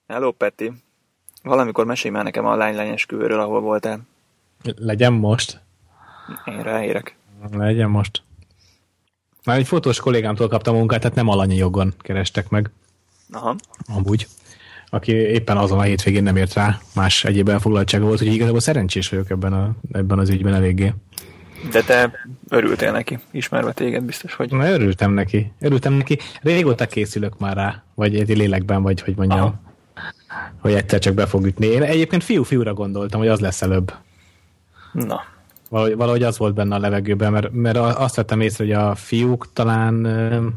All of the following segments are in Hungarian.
Hello, Peti. Valamikor mesélj már nekem a lány esküvőről, ahol voltál. Legyen most. Én ráérek. Legyen most. Már egy fotós kollégámtól kaptam a munkát, tehát nem alanyi jogon kerestek meg. Aha. Amúgy. Aki éppen azon a hétvégén nem ért rá, más egyéb elfoglaltsága volt, úgyhogy igazából szerencsés vagyok ebben az ügyben eléggé. De te örültél neki, ismerve téged biztos, hogy... Na, örültem neki. Régóta készülök már rá, vagy egy lélekben, vagy hogy mondjam. Aha. Hogy egyszer csak be fog ütni. Én egyébként fiú-fiúra gondoltam, hogy az lesz előbb. Na. Valahogy az volt benne a levegőben, mert azt vettem észre, hogy a fiúk talán,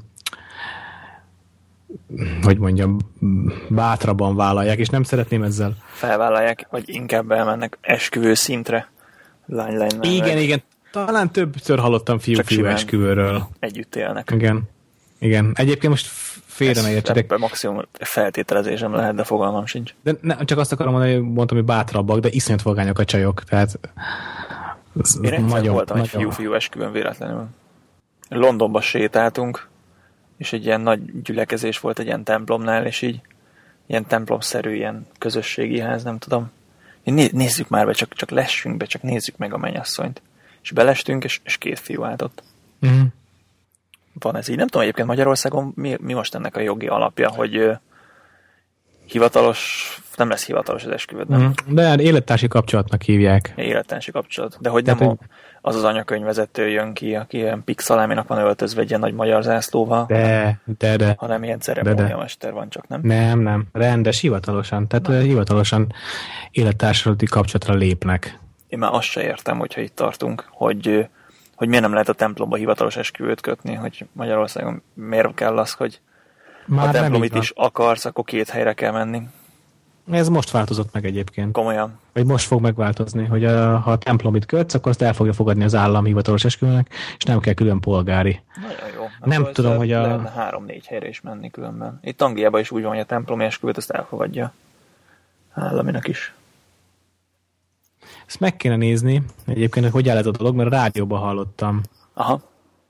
hogy mondjam, bátrabban vállalják, és nem szeretném ezzel. Felvállalják, vagy inkább elmennek esküvő szintre. Lány. Igen. Talán többször hallottam fiú-fiú esküvőről. Együtt élnek. Igen. Egyébként most félre ne értsetek. Ebben maximum feltételezésem lehet, de fogalmam sincs. De csak azt akarom mondani, hogy bátrabbak, de iszonyat fogányok a csajok. Tehát én egyszer voltam egy fiú-fiú esküvőn véletlenül. Londonba sétáltunk, és egy ilyen nagy gyülekezés volt egy ilyen templomnál, és így ilyen templomszerű, ilyen közösségi ház, nem tudom. Nézzük már be, csak lessünk be, csak nézzük meg a mennyasszonyt. És belestünk, és két fiú állt ott. Mm. Van ez így. Nem tudom, egyébként Magyarországon mi most ennek a jogi alapja, hogy nem lesz hivatalos az esküvőd, nem? De élettársi kapcsolatnak hívják. Élettársi kapcsolat. De hogy nem az anyakönyvvezető jön ki, aki ilyen pixaláminak van öltözve egy ilyen nagy magyar zászlóval, de. hanem ilyen ceremóniamester van csak, nem? Nem. Rendes, hivatalosan. Tehát hivatalosan élettársalati kapcsolatra lépnek. Én már azt se értem, hogyha itt tartunk, hogy miért nem lehet a templomba hivatalos esküvőt kötni, hogy Magyarországon miért kell az, hogy már a templomit is akarsz, akkor két helyre kell menni. Ez most változott meg egyébként. Komolyan. Vagy most fog megváltozni, hogy ha a templomit kötsz, akkor azt el fogja fogadni az állam hivatalos esküvőnek, és nem kell külön polgári. Nagyon jó. Nem tudom, hogy lehetne 3-4 helyre is menni különben. Itt Angliában is úgy van, hogy a templomi esküvőt azt elfogadja államinak is. Ezt meg kéne nézni, egyébként, hogy áll ez a dolog, mert a rádióban hallottam, aha,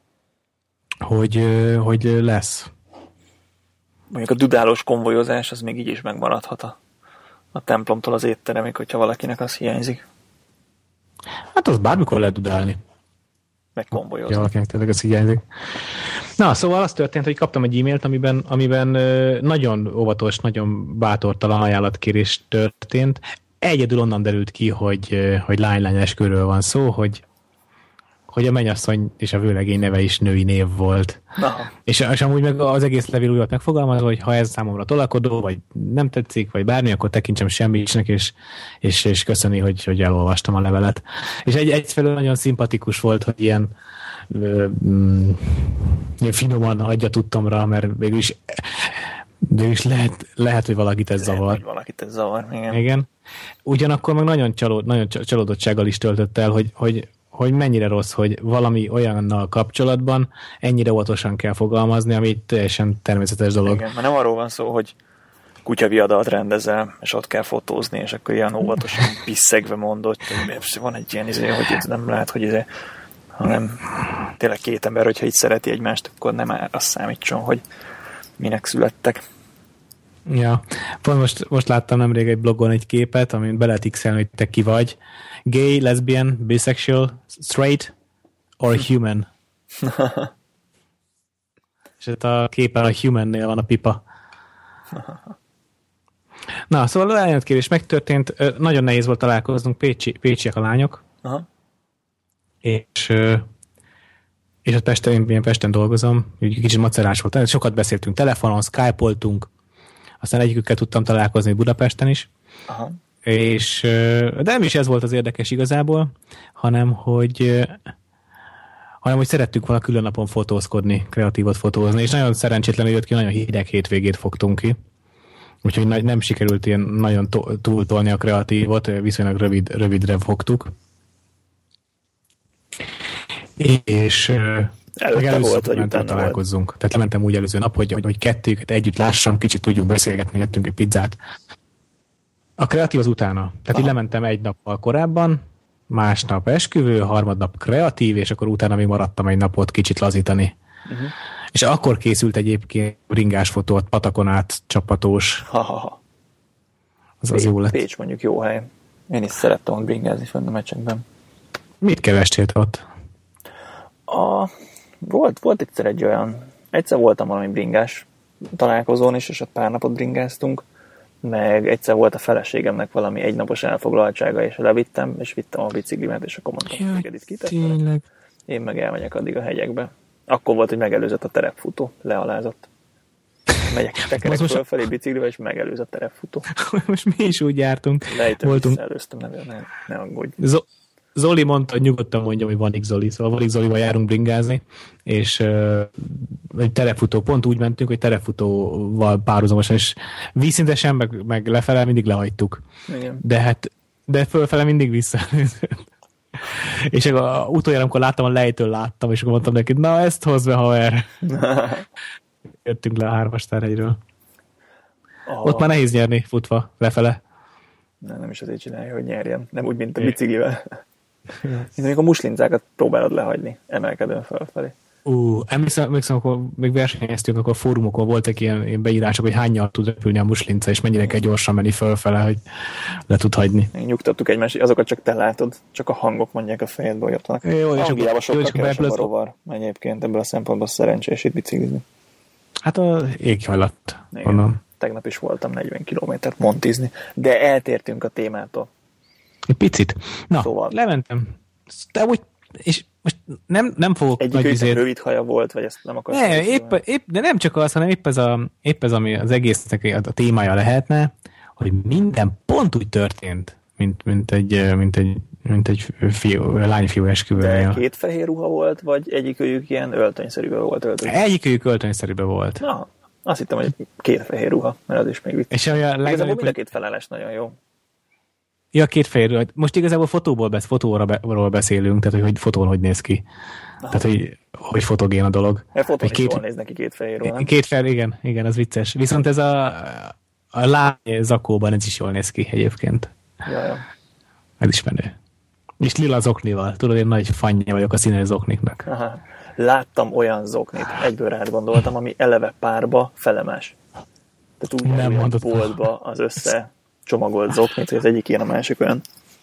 hogy lesz. Mondjuk a dudálós konvojozás, az még így is megmaradhat a templomtól az étteremig, hogyha valakinek az hiányzik. Hát az bármikor lehet dudálni. Meg konvojozni. Valakinek tényleg az hiányzik. Na, szóval az történt, hogy kaptam egy e-mailt, amiben nagyon óvatos, nagyon bátortalan ajánlatkérés történt. Egyedül onnan derült ki, hogy lány esküvőről van szó, hogy a mennyasszony és a vőlegény neve is női név volt. És amúgy meg az egész levél úgy volt megfogalmazva, hogy ha ez számomra tolakodó, vagy nem tetszik, vagy bármi, akkor tekintsem semmisnek, és köszöni, hogy elolvastam a levelet. És egyfelől nagyon szimpatikus volt, hogy ilyen finoman adja tudtomra, mert végülis lehet, hogy valakit ez zavar. Igen. Ugyanakkor meg nagyon csalódottsággal is töltött el, hogy mennyire rossz, hogy valami olyannal kapcsolatban ennyire óvatosan kell fogalmazni, ami teljesen természetes dolog. Igen, mert nem arról van szó, hogy kutyaviadalt rendezel, és ott kell fotózni, és akkor ilyen óvatosan pisszegve mondod, hogy van egy ilyen hogy ez nem lehet, hogy hanem tényleg két ember, hogyha így szereti egymást, akkor nem azt számítson, hogy minek születtek. Ja, most láttam nemrég egy blogon egy képet, amin be lehet x-elni, hogy te ki vagy. Gay, lesbian, bisexual, straight or human. És itt a képen a humannél van a pipa. Na, szóval a ajánlatkérés megtörtént, nagyon nehéz volt találkoznunk, pécsiek a lányok. Aha. És ott Pesten dolgozom, kicsit macerás volt. Sokat beszéltünk telefonon, skype-oltunk, aztán egyikükkel tudtam találkozni Budapesten is. Aha. De nem is ez volt az érdekes igazából, hanem hogy szerettünk volna külön napon fotózkodni, kreatívot fotózni, és nagyon szerencsétlenül jött ki, nagyon hideg hétvégét fogtunk ki. Úgyhogy nem sikerült ilyen nagyon túltolni a kreatívot, viszonylag rövidre fogtuk. És először találkozzunk. Tehát lementem úgy előző nap, hogy kettőket együtt lássam, kicsit tudjuk beszélgetni, ettünk egy pizzát. A kreatív az utána. Tehát így lementem egy nappal korábban, másnap esküvő, harmadnap kreatív, és akkor utána még maradtam egy napot kicsit lazítani. Uh-huh. És akkor készült egyébként ringás fotó, patakon át csapatós. az jó lett. Pécs mondjuk jó hely. Én is szerettem ott bringázni fönn a meccsekben. Mit kerestél ott? Volt egyszer voltam valami bringás találkozón is, és ott pár napot bringáztunk, meg egyszer volt a feleségemnek valami egynapos elfoglaltsága, és levittem, és vittem a biciklimet, és akkor mondtam, hogy itt kiteszem. Én meg elmegyek addig a hegyekbe. Akkor volt, hogy megelőzött a terepfutó, lealázott. Megyek tekerek fölfelé biciklivel, és megelőzött a terepfutó. Most mi is úgy jártunk. Voltunk. Előztem, ne aggódj. Zoli mondta, hogy nyugodtan mondja, hogy Vanik Zoli. Szóval Vanik Zolival járunk bringázni, és egy terepfutó, pont úgy mentünk, hogy terepfutóval párhuzamosan, és vízszintesen, meg lefele mindig lehagytuk. Igen. De fölfele mindig visszaelőzött. És utoljára, amikor láttam, a lejtől láttam, és akkor mondtam neki, na ezt hozd be, haver. Jöttünk le a 3-as tárhegyről. Ott már nehéz nyerni futva lefele. Nem is azért csinálja, hogy nyerjen. Nem úgy, mint a biciklivel. Mint amikor a muslincákat próbálod lehagyni, emelkedően felfelé. Emlékszem, akkor még versenyeztünk, akkor a fórumokon voltak ilyen beírások, hogy hánnyal tud repülni a muslinca, és mennyire kell gyorsan menni felfele, hogy le tud hagyni. Nyugtattuk egymást, azokat csak te látod, csak a hangok mondják a fejedbe, hogy ott vannak. Angliában sokkal kevesebb a rovar, egyébként ebből a szempontból szerencsés itt biciklizni. Hát az éghajlat. Tegnap is voltam 40 kilométert montizni, de eltértünk a témától. Egy picit. Na, szóval. Lementem. De úgy, és most nem fogok nagy izért... rövid haja volt, vagy ezt nem akarsz? Ne, épp, de nem csak az, hanem épp ez, ami az egésznek a témája lehetne, hogy minden pont úgy történt, mint egy lány-fiú esküvője. De két fehér ruha volt, vagy egyikőjük ilyen öltönyszerűben volt? Egyikőjük öltönyszerűben volt. Na, azt hittem, hogy két fehér ruha, mert az is még vicc. És igazából mind a két felállás nagyon jó. Ja, két fehér. Most igazából fotóról beszélünk, tehát hogy fotón hogy néz ki. Tehát, hogy fotogén a dolog. Fotón is jól néz neki két fehér ruha, nem? Két fehér, igen, az vicces. Viszont ez a lány zakóban ez is jól néz ki egyébként. Ja. Ez is menő. És lila zoknival. Tudod, én nagy fanja vagyok a színes zokniknak. Aha. Láttam olyan zoknit, egyből rád gondoltam, ami eleve párba felemás. Tehát úgy nem mondott boltba az összecsomagolt zoknit, hogy az egyik ilyen, a másik olyan.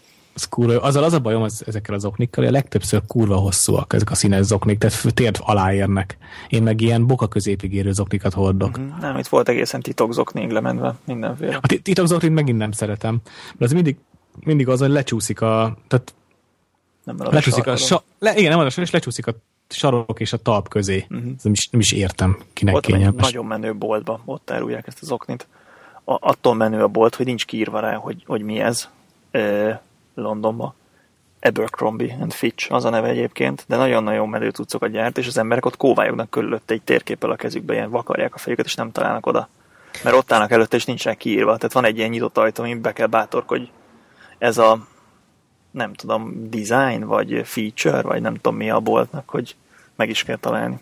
Az a bajom ezekkel az zoknikkal, hogy a legtöbbször kurva hosszúak ezek a színes zoknik, tehát térd alá érnek. Én meg ilyen boka középig érő zoknikat hordok. Nem, itt volt egészen titok zoknig lemenve, mindenféle. A titok zoknit megint nem szeretem, mert az mindig az, hogy lecsúszik tehát lecsúszik és lecsúszik a sarok és a talp közé. Nem is értem, kinek ott kényelmes. Ott nagyon menő boltba, ott árulják ezt az zoknit. Attól menő a bolt, hogy nincs kiírva rá, hogy mi ez Londonban. Abercrombie and Fitch az a neve egyébként, de nagyon-nagyon menő cuccokat gyárt, és az emberek ott kóvályognak körülötte egy térképpel a kezükbe, ilyen vakarják a fejüket, és nem találnak oda. Mert ott állnak előtte, és nincs rá kiírva. Tehát van egy ilyen nyitott ajtó, amin be kell bátorkodj. Ez a nem tudom, design, vagy feature, vagy nem tudom mi a boltnak, hogy meg is kell találni.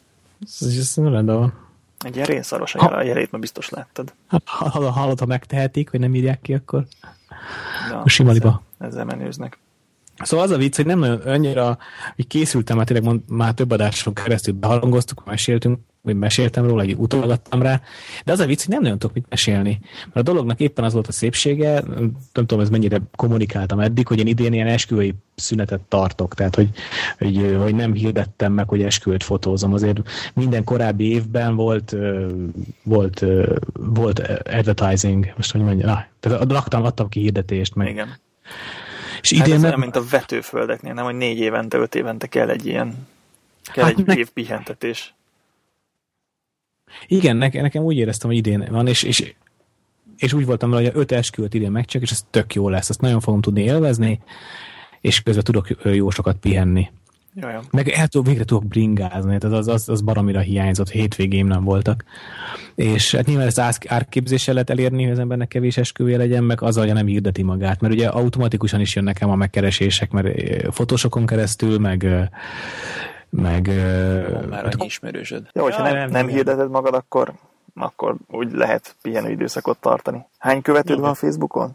Ez nem rendben van. Egy ilyen rénszaros a jelét, mert biztos láttad. Hallod, ha megtehetik, hogy nem írják ki, akkor a simaliba. Ezzel menőznek. Szóval az a vicc, hogy nem nagyon annyira, hogy készültem, mert tényleg már több adáson keresztül beharangoztuk, meséltem róla, hogy utalgattam rá, de az a vicc, hogy nem nagyon tudok mit mesélni. Mert a dolognak éppen az volt a szépsége, nem tudom, ez mennyire kommunikáltam eddig, hogy én idén ilyen esküvői szünetet tartok, tehát hogy nem hirdettem meg, hogy esküvőt fotózom. Azért minden korábbi évben volt advertising, most hogy mondja, tehát adtam ki hirdetést meg. Igen. És idén ez olyan, mint a vetőföldeknél, nem, hogy 4 évente, 5 évente kell egy ilyen, egy év pihentetés. Igen, nekem úgy éreztem, hogy idén van, és úgy voltam vele, hogy 5 esküvőt idén megcsak, és ez tök jó lesz, azt nagyon fogom tudni élvezni, és közben tudok jó sokat pihenni. Jajjá. Meg végre tudok bringázni, tehát az baromira hiányzott, hétvégém nem voltak. És hát nyilván ezt árképzéssel lehet elérni, hogy az embernek kevés esküvője legyen, meg azzal, hogy nem hirdeti magát, mert ugye automatikusan is jön nekem a megkeresések, mert fotósokon keresztül, meg már annyi ismerősöd. Jó, hogyha nem hirdeted magad, akkor úgy lehet pihenő időszakot tartani. Hány követőd van Facebookon?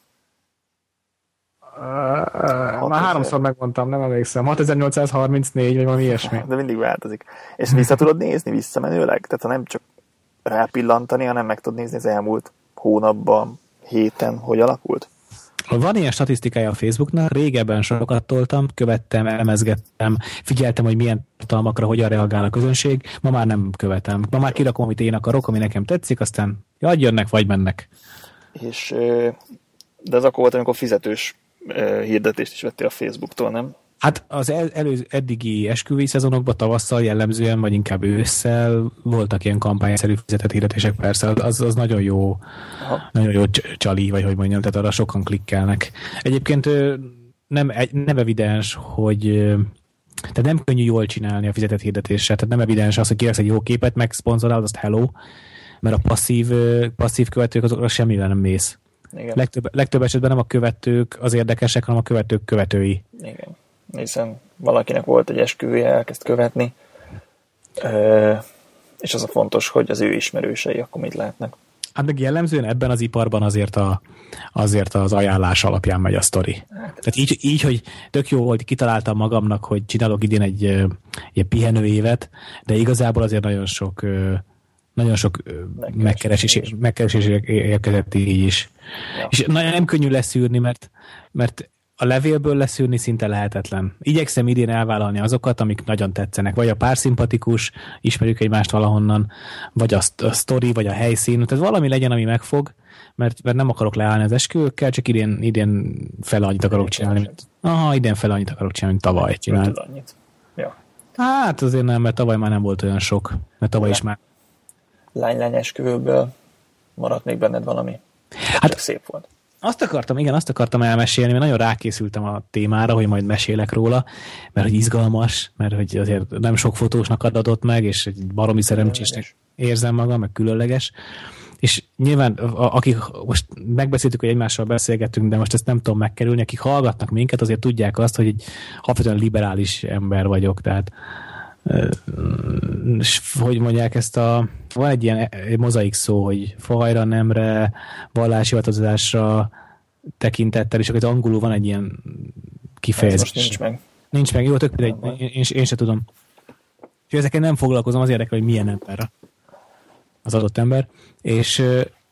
Már 3-szor megmondtam, nem emlékszem. 6834, vagy valami ilyesmi. De mindig változik. És vissza tudod nézni visszamenőleg? Tehát ha nem csak rápillantani, hanem meg tudod nézni az elmúlt hónapban, héten hogy alakult? Van ilyen statisztikája a Facebooknak, régebben sokat toltam, követtem, elemezgettem, figyeltem, hogy milyen tartalmakra hogyan reagál a közönség, ma már nem követem. Ma már kirakom, amit én akarok, ami nekem tetszik, aztán vagy jönnek, vagy mennek. És, de ez akkor volt, amikor fizetős hirdetést is vettél a Facebooktól, nem? Hát az eddigi esküvői szezonokban tavasszal jellemzően, vagy inkább ősszel voltak ilyen kampányszerű fizetett hirdetések, persze, az nagyon jó, nagyon jó csali, vagy hogy mondjam, tehát arra sokan klikkelnek. Egyébként nem evidens, hogy tehát nem könnyű jól csinálni a fizetett hirdetéssel, tehát nem evidens az, hogy kiraksz egy jó képet, meg szponzorálod, azt hello, mert a passzív követők azokra semmivel nem mész. Igen. Legtöbb esetben nem a követők az érdekesek, hanem a követők követői. Igen. Hiszen valakinek volt egy esküvője, elkezd követni, és az a fontos, hogy az ő ismerősei akkor mit látnak. Hát meg jellemzően ebben az iparban azért az ajánlás alapján megy a sztori. Tehát így, hogy tök jó volt, kitaláltam magamnak, hogy csinálok idén egy ilyen pihenő évet, de igazából azért nagyon sok megkeresés érkezett így is. Ja. És nem könnyű leszűrni, mert a levélből leszűrni szinte lehetetlen. Igyekszem idén elvállalni azokat, amik nagyon tetszenek. Vagy a pár szimpatikus, ismerjük egymást valahonnan, vagy a sztori, vagy a helyszín. Tehát valami legyen, ami megfog, mert nem akarok leállni az esküvőkkel, csak idén fele annyit akarok csinálni. Idén fele annyit akarok csinálni, mint tavaly csinálni. Ja. Hát azért nem, mert tavaly már nem volt olyan sok. Mert tavaly is már. Lány-lány esküvőből maradt még benned valami? Hát szép volt. Azt akartam elmesélni, mert nagyon rákészültem a témára, hogy majd mesélek róla, mert hogy izgalmas, mert hogy azért nem sok fotósnak adott meg, és egy baromi szerencsésnek érzem magam, meg különleges. És nyilván, akik most megbeszéltük, hogy egymással beszélgetünk, de most ezt nem tudom megkerülni, akik hallgatnak minket, azért tudják azt, hogy egy alapvetően liberális ember vagyok, tehát hogy mondják ezt van egy ilyen mozaik szó, hogy fajra, nemre, vallási hivatkozásra tekintettel, és akkor angolul van egy ilyen kifejezés. Ez most nincs meg. Nincs meg, jó, tök én se tudom. És ezeken nem foglalkozom, az érdekel, hogy milyen ember az adott ember, és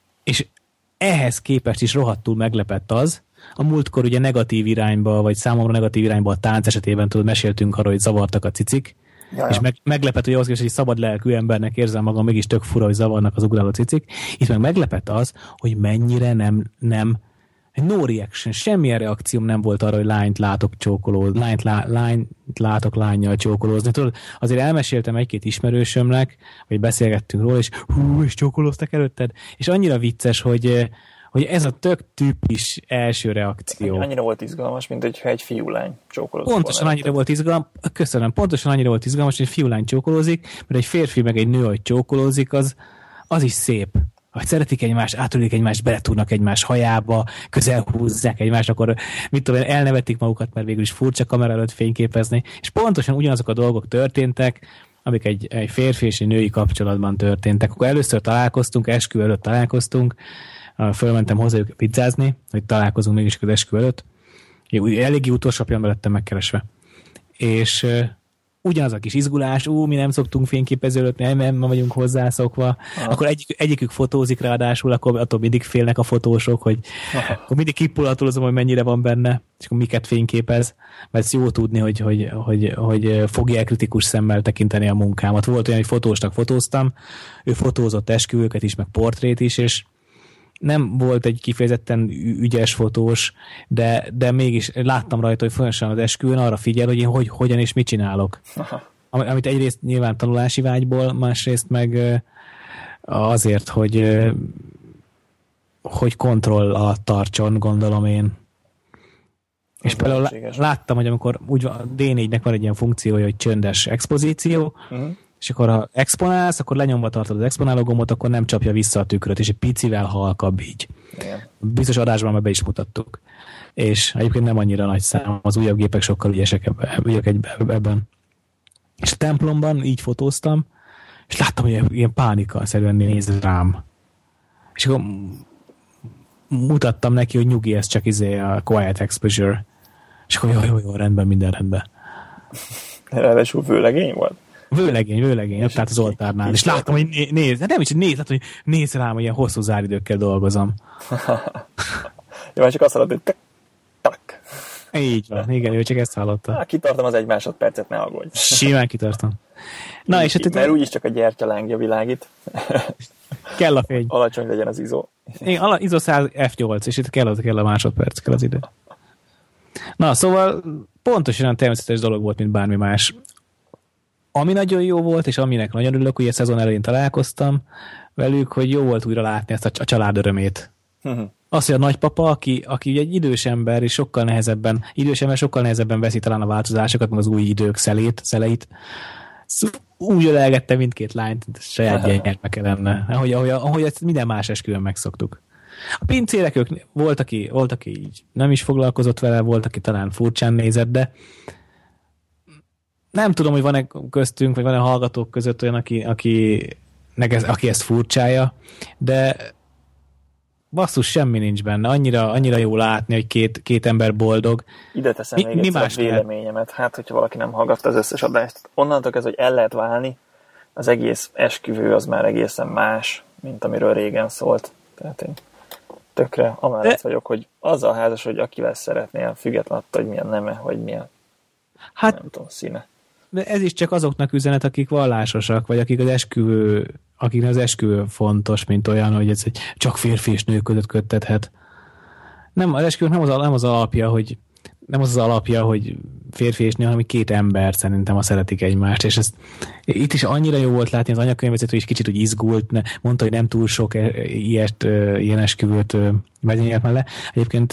ehhez képest is rohadtul meglepett az, a múltkor ugye negatív irányba, vagy számomra negatív irányba a tánc esetében meséltünk arról, hogy zavartak a cicik, és meglepett, hogy ahhoz képest, hogy szabad lelkű embernek érzem magam, mégis tök fura, hogy zavarnak az ugráló cicik. Itt meg meglepett az, hogy mennyire nem no reaction, semmilyen reakcióm nem volt arra, hogy lányt látok csókolózni, lányt látok lánnyal csókolózni. Tudod, azért elmeséltem egy-két ismerősömnek, vagy beszélgettünk róla, és csókolóztak előtted, és annyira vicces, hogy ez a tök típus első reakció. Annyira volt izgalmas, mint hogyha egy fiú-lány csókolózik. Pontosan annyira volt izgalmas, pontosan annyira volt izgalmas, hogy egy fiú-lány csókolózik, mert egy férfi meg egy nő, hogy csókolózik, az is szép. Hogy szeretik egymást, átülik egymást, beletúrnak egymás hajába, közel húzzák egymást, akkor mit tudom én, elnevetik magukat, mert végül is furcsa kamera előtt fényképezni. És pontosan ugyanazok a dolgok történtek, amik egy férfi és egy női kapcsolatban történtek. Akkor először találkoztunk, esküvő előtt találkoztunk, fölmentem hozzájuk pizzázni, hogy találkozunk mégis az esküvő előtt. Eléggé utolsó pillanatban lettem megkeresve. És ugyanaz a kis izgulás, mi nem szoktunk fényképező előtt, nem vagyunk hozzászokva. Akkor egyikük fotózik ráadásul, akkor attól mindig félnek a fotósok, hogy akkor mindig kipulatolozom, hogy mennyire van benne, és akkor miket fényképez. Mert ez jó tudni, hogy fogja kritikus szemmel tekinteni a munkámat. Volt olyan, hogy fotósnak fotóztam, ő fotózott esküvőket is, meg portrét is, és nem volt egy kifejezetten ügyes fotós, de mégis láttam rajta, hogy folyamatosan az esküvőn arra figyel, hogy én hogyan és mit csinálok. Amit egyrészt nyilván tanulási vágyból, másrészt meg azért, hogy kontroll alatt tartson, gondolom én. És például láttam, hogy amikor úgy van, a D4-nek van egy ilyen funkciója, hogy csöndes expozíció, és akkor ha exponálsz, akkor lenyomva tartod az exponáló gombot, akkor nem csapja vissza a tükröt, és egy picivel halkabb így. Igen. Biztos adásban már be is mutattuk. És egyébként nem annyira nagy szám, az újabb gépek sokkal ügyesek ebben. És a templomban így fotóztam, és láttam, hogy ilyen pánikalszerűen néz rám. És akkor mutattam neki, hogy nyugi, ez csak a quiet exposure. És akkor jó, rendben, minden rendben. Ráadásul vőlegény volt? Vőlegény, ott állt az oltárnál. És láttam, hogy néz, nem is, hogy néz, látom, hogy néz rám, hogy ilyen hosszú záridőkkel dolgozom. Jó, csak azt hallott, hogy tak. Így van, igen, ő csak ezt hallotta. Kitartom az 1 másodpercet, ne aggódj. Simán kitartom. Na, és mert úgyis csak a gyertyalángja világít. Kell a fény. Alacsony legyen az ISO. ISO 100 F8, és itt kell a másodperc, kell az idő. Na, szóval pontosan olyan természetes dolog volt, mint bármi más. Ami nagyon jó volt, és aminek nagyon örülök, hogy a szezon elején találkoztam velük, hogy jó volt újra látni ezt a család örömét. Az, hogy a nagypapa, aki ugye egy idős ember, és sokkal nehezebben veszi talán a változásokat, meg az új idők szeleit, úgy ölelgette mindkét lányt, saját gyermeke lenne. Ahogy ezt minden más esküvőn megszoktuk. A pincérek, ők volt, aki így nem is foglalkozott vele, volt, aki talán furcsán nézett, de nem tudom, hogy van-e köztünk, vagy van-e hallgatók között olyan, aki ezt furcsája, de basszus, semmi nincs benne. Annyira jó látni, hogy két ember boldog. Ide teszem még egyszer a véleményemet. Hát, hogyha valaki nem hallgatta az összes adást. Onnantól kezdve, hogy el lehet válni, az egész esküvő az már egészen más, mint amiről régen szólt. Tehát én tökre amellett vagyok, hogy azzal házas, hogy akivel szeretnél, független attól, hogy milyen neme, vagy milyen nem tudom, színe. De ez is csak azoknak üzenet, akik vallásosak, vagy akiknek az esküvő fontos, mint olyan, hogy ez egy csak férfi és nő között köttethet. Nem, az esküvők nem az alapja, hogy férfi és nő, hanem két ember szerintem, ha szeretik egymást, és itt is annyira jó volt látni, az anyakönyvvezető is kicsit úgy izgult, mondta, hogy nem túl sok ilyen esküvőt vezényelt mellé. Egyébként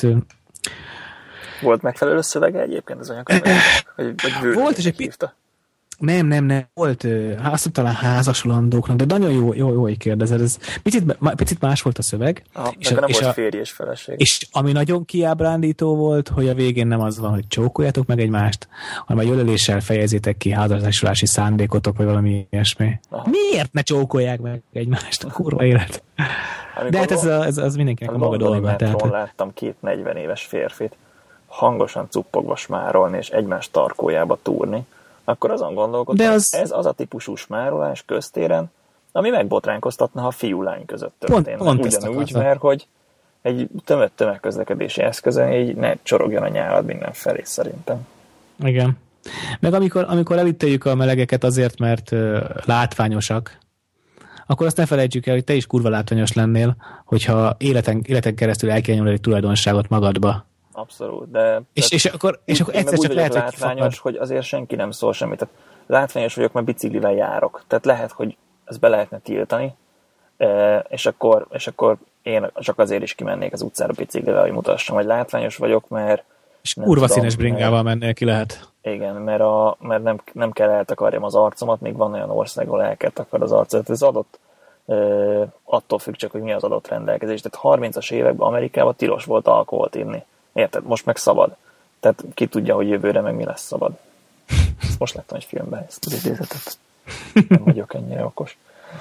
volt megfelelő szövege egyébként az anyakönyvvezetőnek? Volt, és egy nem. Volt azt talán házasulandóknak, de nagyon jó, hogy kérdezed. Ez picit más volt a szöveg. És nem volt férj és feleség. És ami nagyon kiábrándító volt, hogy a végén nem az van, hogy csókoljátok meg egymást, hanem a öleléssel fejezzétek ki házasulási szándékotok, vagy valami ilyesmi. Aha. Miért ne csókolják meg egymást? A kurva élet. De hát ez mindenkinek a maga dolga. Tehát láttam 2 40 éves férfit hangosan cuppogva smárolni, és egymás tarkójába túrni, akkor azon gondolkodtam, ez az a típusú smárolás köztéren, ami megbotránkoztatna, ha fiú-lány között történne. Ugyanúgy, mert hogy egy tömegközlekedési eszközön így ne csorogjon a nyálad mindenfelé szerintem. Igen. Meg amikor elítéljük a melegeket azért, mert látványosak, akkor azt ne felejtsük el, hogy te is kurva látványos lennél, hogyha életen keresztül el kell nyomni egy tulajdonságot magadba. Abszolút, de... És akkor egyszer csak lehet, látványos, hogy azért senki nem szól semmit. Tehát látványos vagyok, mert biciklivel járok. Tehát lehet, hogy ezt be lehetne tiltani, és akkor én csak azért is kimennék az utcára biciklivel, hogy mutassam, hogy látványos vagyok, mert... És kurva színes bringával mennél ki lehet. Igen, mert nem kell eltakarjam az arcomat, még van olyan ország, ahol el kell takar az arcot. Ez adott, attól függ csak, hogy mi az adott rendelkezés. Tehát 30-as években Amerikában tilos volt alkoholt inni. Érted? Most meg szabad. Tehát ki tudja, hogy jövőre meg mi lesz szabad. Ezt most láttam egy filmben, ezt az idézetet. Nem vagyok ennyire okos.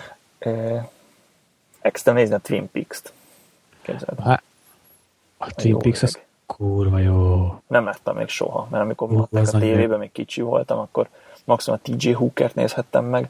Extra nézni a Twin Peaks-t. Képzeld. A Twin Peaks az kurva jó. Nem láttam még soha, mert amikor mutatták a tévében, még kicsi voltam, akkor maximum a TJ Hookert nézhettem meg.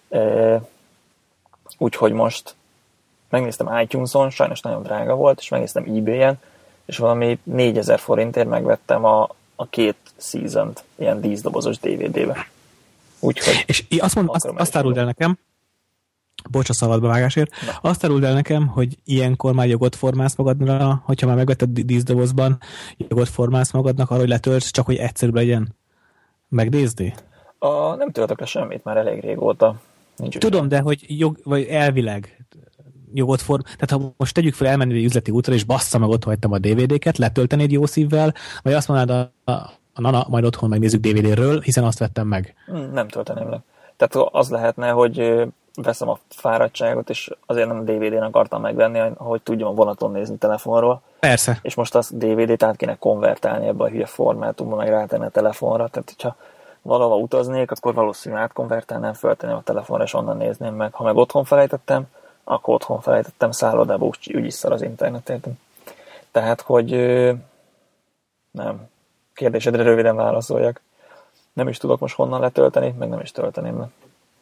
Úgyhogy most megnéztem iTunes-on, sajnos nagyon drága volt, és megnéztem eBay-en, és valami 4000 forintért megvettem a 2 season-t ilyen díszdobozos DVD-be. Úgyhogy... És azt áruld el nekem, bocs a szabadbevágásért, azt áruld el nekem, hogy ilyenkor már jogot formálsz magadra, hogyha már megvetted díszdobozban, jogot formálsz magadnak arra, hogy letölts, csak hogy egyszerűbb legyen megnézni? Nem töltök le semmit már elég régóta. Tudom, de hogy vagy elvileg jogot tehát ha most tegyük fel elmenni egy üzleti útra, és bassza meg ott hagytam a DVD-ket, letöltenéd jó szívvel, vagy azt mondanád nana, majd otthon megnézzük DVD-ről, hiszen azt vettem meg. Nem tölteném le. Tehát az lehetne, hogy veszem a fáradtságot, és azért nem DVD-n akartam megvenni, hogy tudjam a vonaton nézni telefonról. Persze. És most azt DVD-t át kéne konvertálni ebbe a hülye formátumba, meg rátenni a telefonra, tehát hogyha valahova utaznék, akkor valószínűleg átkonvertálnám, föltenném a telefonra, és onnan nézném meg. Ha meg otthon felejtettem, akkor otthon felejtettem szállodába, úgyis szar az internetért. Tehát, hogy nem. Kérdésedre röviden válaszoljak. Nem is tudok most honnan letölteni, meg nem is tölteném le.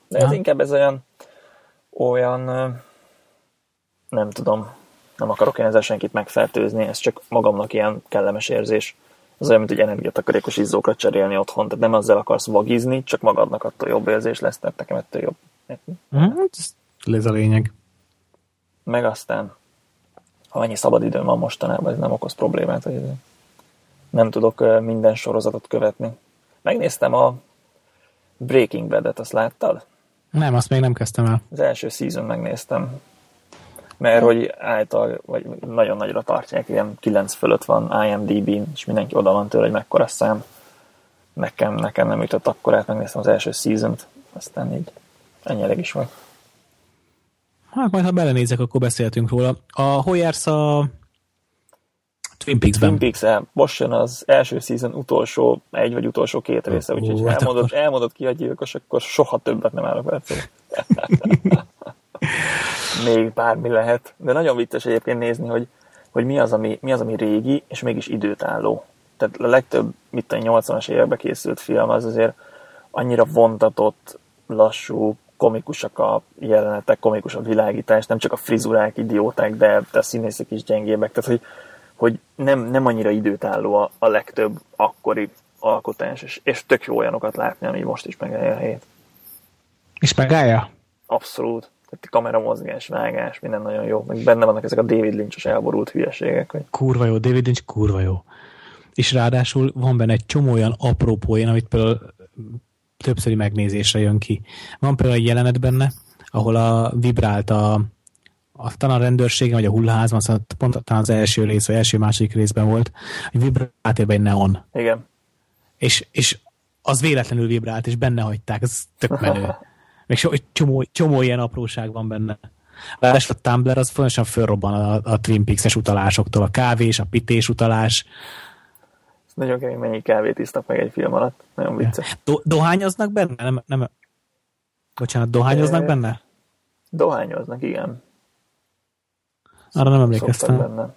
De ez inkább ez olyan nem tudom, nem akarok én ezzel senkit megfertőzni, ez csak magamnak ilyen kellemes érzés. Ez olyan, mint hogy energiatakarékos izzókat cserélni otthon, tehát nem azzal akarsz vagizni, csak magadnak attól jobb érzés lesz, tehát nekem ettől jobb. Ez a lényeg. Meg aztán, ha annyi szabadidőm van mostanában, ez nem okoz problémát, hogy nem tudok minden sorozatot követni. Megnéztem a Breaking Bad-et, azt láttad? Nem, azt még nem kezdtem el. Az első season megnéztem. Mert hogy vagy nagyon nagyra tartják, ilyen 9 fölött van IMDb-n, és mindenki oda van tőle, hogy mekkora szám. Nekem nem ütött akkorát, megnéztem az első season-t, aztán így ennyi elég is volt. Hát majd, ha belenézek, akkor beszéltünk róla. Hol jársz a Twin Peaks-ben? Twin Peaks-en most jön az első season utolsó 2 része, úgyhogy elmondod ki a gyilkos, akkor soha többet nem állok vele. Még bármi lehet. De nagyon vicces egyébként nézni, hogy mi az, ami régi, és mégis időtálló. Tehát a legtöbb, 80-as években készült film, az azért annyira vontatott, lassú, komikusak a jelenetek, komikus a világítás, nem csak a frizurák idióták, de a színészek is gyengébbek. Tehát, hogy nem annyira időtálló a legtöbb akkori alkotás, és tök jó olyanokat látni, ami most is megállja a helyét. És megállja? Abszolút. Tehát kameramozgás, vágás, minden nagyon jó. Meg benne vannak ezek a David Lynch-os elborult hülyeségek. Hogy... Kurva jó, David Lynch kurva jó. És ráadásul van benne egy csomó olyan apró poén, amit például többszöri megnézésre jön ki. Van például egy jelenet benne, ahol vibrált talán a rendőrségen, vagy a hullaházban, szóval pont talán az első rész, vagy első-második részben volt, hogy vibrált egy neon. Igen. És az véletlenül vibrált, és benne hagyták, ez tök menő. Még csomó ilyen apróság van benne. Ráadásul a Tumblr az folyamatosan fölrobban a Twin Peaks-es utalásoktól, a kávés, a pités utalás. Ez nagyon kemény, mennyi kávét isznak meg egy film alatt. Nagyon vicces. Dohányoznak benne? Nem. Bocsánat, dohányoznak benne? Dohányoznak, igen. Arra nem emlékeztem. Benne.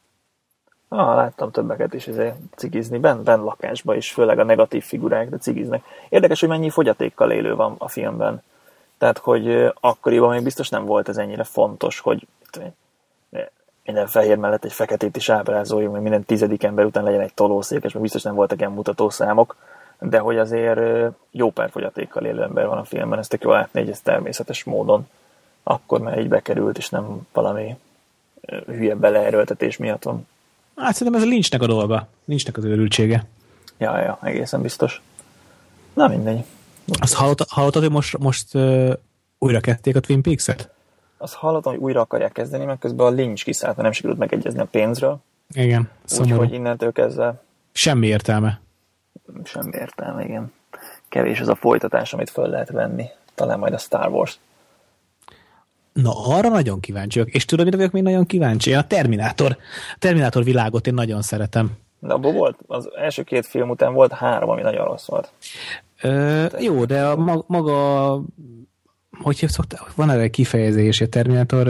Láttam többeket is cigizni, benn lakásba is, főleg a negatív figurák, de cigiznek. Érdekes, hogy mennyi fogyatékkal élő van a filmben. Tehát, hogy akkoriban még biztos nem volt ez ennyire fontos, hogy minden fehér mellett egy feketét is ábrázoljunk, hogy minden 10. ember után legyen egy tolószék, és még biztos nem voltak ilyen mutatószámok, de hogy azért jó pár fogyatékkal élő ember van a filmben, ezt tök jól látni, hogy ez természetes módon. Akkor már így bekerült, és nem valami hülye beleerőltetés miatt van. Hát szerintem ez a Lynchnek a dolga. Lynchnek az őrültsége. Ja, egészen biztos. Na mindegy. Azt hallottad, hogy most újra kezdték a Twin Peaks-et? Azt hallottam, hogy újra akarják kezdeni, mert közben a Lynch kiszállt, mert nem sikerült megegyezni a pénzről. Igen, szomorú. Úgyhogy innentől kezdve... Semmi értelme, igen. Kevés az a folytatás, amit föl lehet venni. Talán majd a Star Wars. Na, arra nagyon kíváncsi vagyok. És tudod, mire vagyok még nagyon kíváncsi? A Terminátor világot én nagyon szeretem. De abból volt, az első 2 film után volt 3, ami nagyon rossz volt. Jó, de a maga... Hogy szokták? Van erre egy kifejezés, a Terminátor...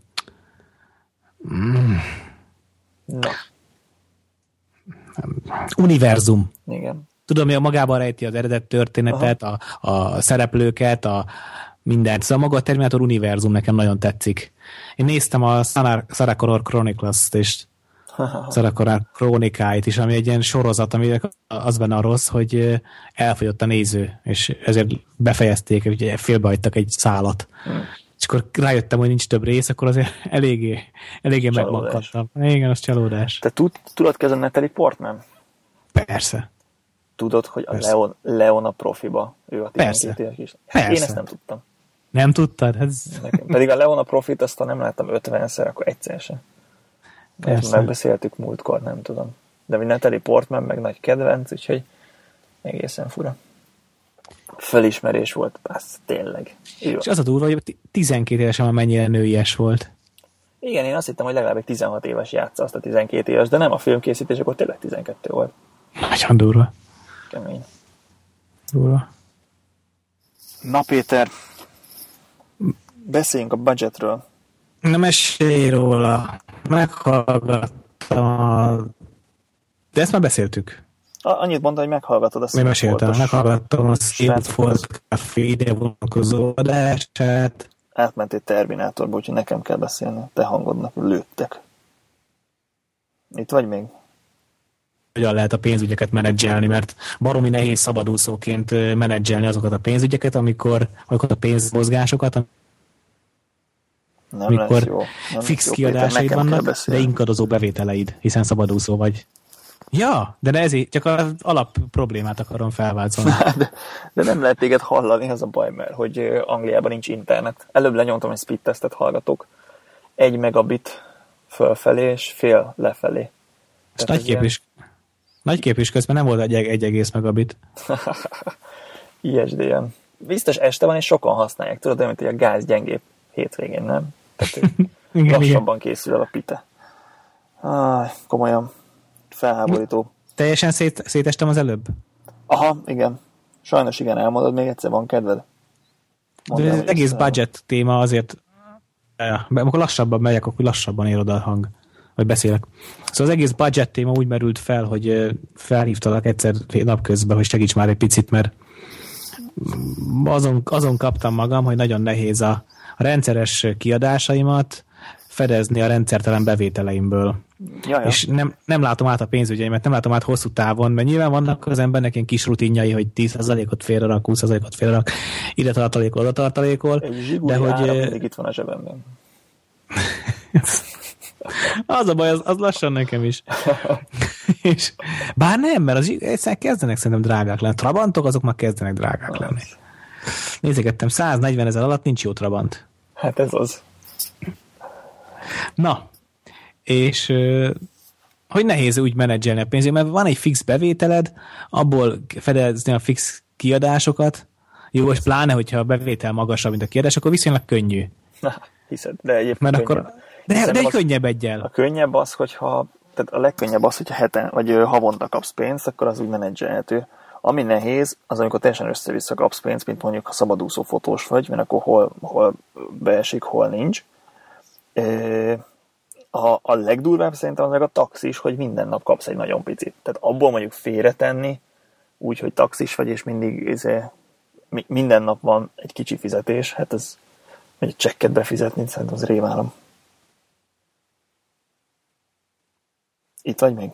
Na. Univerzum. Igen. Tudom, hogy magában rejti az eredet történetet, a szereplőket, mindent. Szóval maga a Terminátor univerzum nekem nagyon tetszik. Én néztem a Sarah Connor Chronicles-t, és Sarah Connor Chronikáit is, ami egy ilyen sorozat, ami az benne a rossz, hogy elfogyott a néző, és ezért befejezték, hogy félbehagytak egy szálat. És akkor rájöttem, hogy nincs több rész, akkor azért eléggé megmakkadtam. Igen, az csalódás. Te tudod ki az a Natalie Portman? Persze. Tudod, hogy a Leon a profiba, ő a 12 éves is? Persze. Én ezt nem tudtam. Nem tudtad? Pedig a Leon a profit, azt nem láttam 50-szer, akkor egyszer sem. Megbeszéltük múltkor, nem tudom. De mi Natalie Portman meg nagy kedvenc, úgyhogy egészen fura. Felismerés volt, az tényleg. És az a durva, hogy 12 évesen már mennyire nőies volt. Igen, én azt hittem, hogy legalább egy 16 éves játsza azt a 12 éves, de nem, a filmkészítés, akkor tényleg 12 volt. Nagyon durva. Kemény. Durva. Na Péter, beszéljünk a budgetről. Na mesélj róla. Meghallgattam. De ezt már beszéltük. Annyit mondta, hogy meghallgatod a Mi meséltem, meghallgattam a Színfolt Café-re vonatkozó adását. Átment egy Terminátorba, úgyhogy nekem kell beszélni. Te hangodnak lőttek. Itt vagy még? Hogyan lehet a pénzügyeket menedzselni, mert baromi nehéz szabadúszóként menedzselni azokat a pénzügyeket, amikor a pénzmozgásokat, amikor fix kiadásaid vannak, de inkadozó bevételeid, hiszen szabadúszó vagy. Ja, de ezért csak az alap problémát akarom felváltani. De nem lehet téged hallani, az a baj, mert hogy Angliában nincs internet. Előbb lenyomtam egy speed testet, hallgatok. 1 megabit fölfelé és fél lefelé. Nagy kép is közben nem volt 1,1 megabit. ISDN. Biztos este van, és sokan használják. Tudod, olyan, mint hogy a gáz gyengébb hétvégén, nem? Tehát lassabban készül el a pite. Komolyan. Felháborító. Teljesen szétestem az előbb? Aha, igen. Sajnos igen, elmondod, még egyszer van kedved? De az egész budget téma azért, amikor lassabban megyek, akkor lassabban ér oda a hang, vagy beszélek. Szóval az egész budget téma úgy merült fel, hogy felhívtalak egyszer napközben, hogy segíts már egy picit, mert azon kaptam magam, hogy nagyon nehéz a rendszeres kiadásaimat fedezni a rendszertelen bevételeimből. Jaja. És nem látom át a pénzügyeimet, nem látom át hosszú távon, mert nyilván vannak az embernek ilyen kis rutinjai, hogy 10%-ot félrerak, 20%-ot félrerak, ide tartalékol, oda tartalékol. Egy zsiguli áram mindig itt van a zsebemben. Az a baj, az lassan nekem is. És, bár nem, mert egyszerűen kezdenek szerintem drágák lenni. Trabantok, azok már kezdenek drágák lenni. Nézegettem, 140 000 alatt nincs jó Trabant. Hát ez az. Na, és hogy nehéz úgy menedzselni a pénzét, mert van egy fix bevételed, abból fedezni a fix kiadásokat, jó, és pláne, hogyha a bevétel magasabb, mint a kiadás, akkor viszonylag könnyű. Na, hiszed, de egyébként mert akkor, de könnyebb egyel. A könnyebb az, tehát a legkönnyebb az, hogyha vagy havonta kapsz pénzt, akkor az úgy menedzselhető. Ami nehéz, az amikor teljesen össze-vissza kapsz pénzt, mint mondjuk ha szabadúszó fotós vagy, mert akkor hol beesik, hol nincs. A legdurvább szerintem az meg a taxis, hogy minden nap kapsz egy nagyon picit. Tehát abból mondjuk félretenni, úgy, hogy taxis vagy, és mindig minden nap van egy kicsi fizetés, hát ez egy csekket befizetni, szerintem az rémálom. Itt vagy még?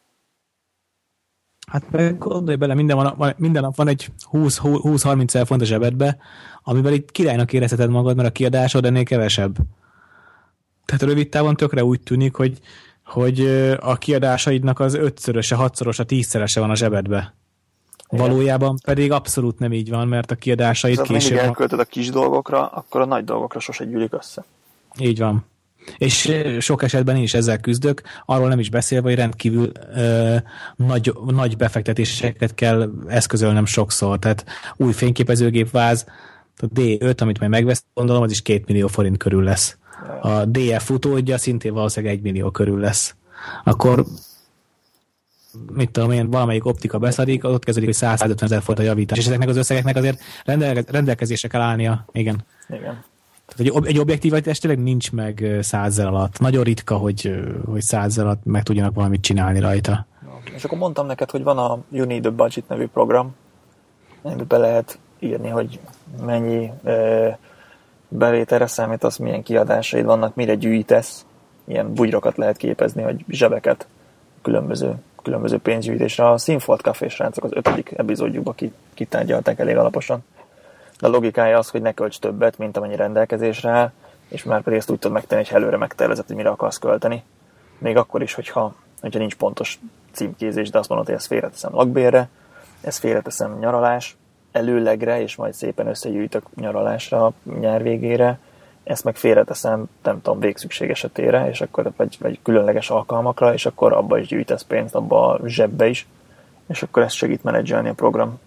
Hát gondolj bele, minden nap van egy 20-30 000 font a zsebedbe, amivel itt királynak érezheted magad, mert a kiadásod ennél kevesebb. Tehát rövid távon tökre úgy tűnik, hogy a kiadásaidnak az 5-szöröse, 6-szorosa, 10-szerese van a zsebedbe. Igen. Valójában pedig abszolút nem így van, mert a kiadásaid később... mindig elköltöd a kis dolgokra, akkor a nagy dolgokra sose gyűlik össze. Így van. És sok esetben én is ezzel küzdök, arról nem is beszélve, hogy rendkívül nagy befektetéseket kell eszközölnem sokszor. Tehát új fényképezőgépváz, a D5, amit majd megvesz, gondolom, az is 2 millió forint körül lesz. A DF utódja szintén valószínűleg 1 millió körül lesz. Akkor mit tudom én, valamelyik optika beszadik, ott kezdődik, hogy 150 000 forint a javítás. És ezeknek az összegeknek azért rendelkezésre kell állnia. Igen. Tehát egy objektivitás tényleg nincs meg 100 000 alatt. Nagyon ritka, hogy 100 000 alatt meg tudjanak valamit csinálni rajta. És akkor mondtam neked, hogy van a You Need a Budget nevű program, amiben be lehet írni, hogy mennyi bevételre számítasz, milyen kiadásaid vannak, mire gyűjtesz, ilyen bugyrokat lehet képezni, vagy zsebeket különböző pénzgyűjtésre. A Színfolt Café srácok az 5. epizódjukban kitárgyalták elég alaposan. De a logikája az, hogy ne költs többet, mint amennyi rendelkezésre áll, és már pedig ezt úgy tudod megtenni, hogy előre megtervezed, hogy mire akarsz költeni. Még akkor is, hogyha nincs pontos címkézés, de azt mondod, hogy ezt félreteszem lakbérre, ezt félreteszem nyaralás előlegre, és majd szépen összegyűjtök nyaralásra a nyár végére, ezt meg félreteszem, nem tudom, végszükség esetére, és akkor vagy különleges alkalmakra, és akkor abba is gyűjtesz pénzt, abba a zsebbe is, és akkor ezt segít menedzselni a program.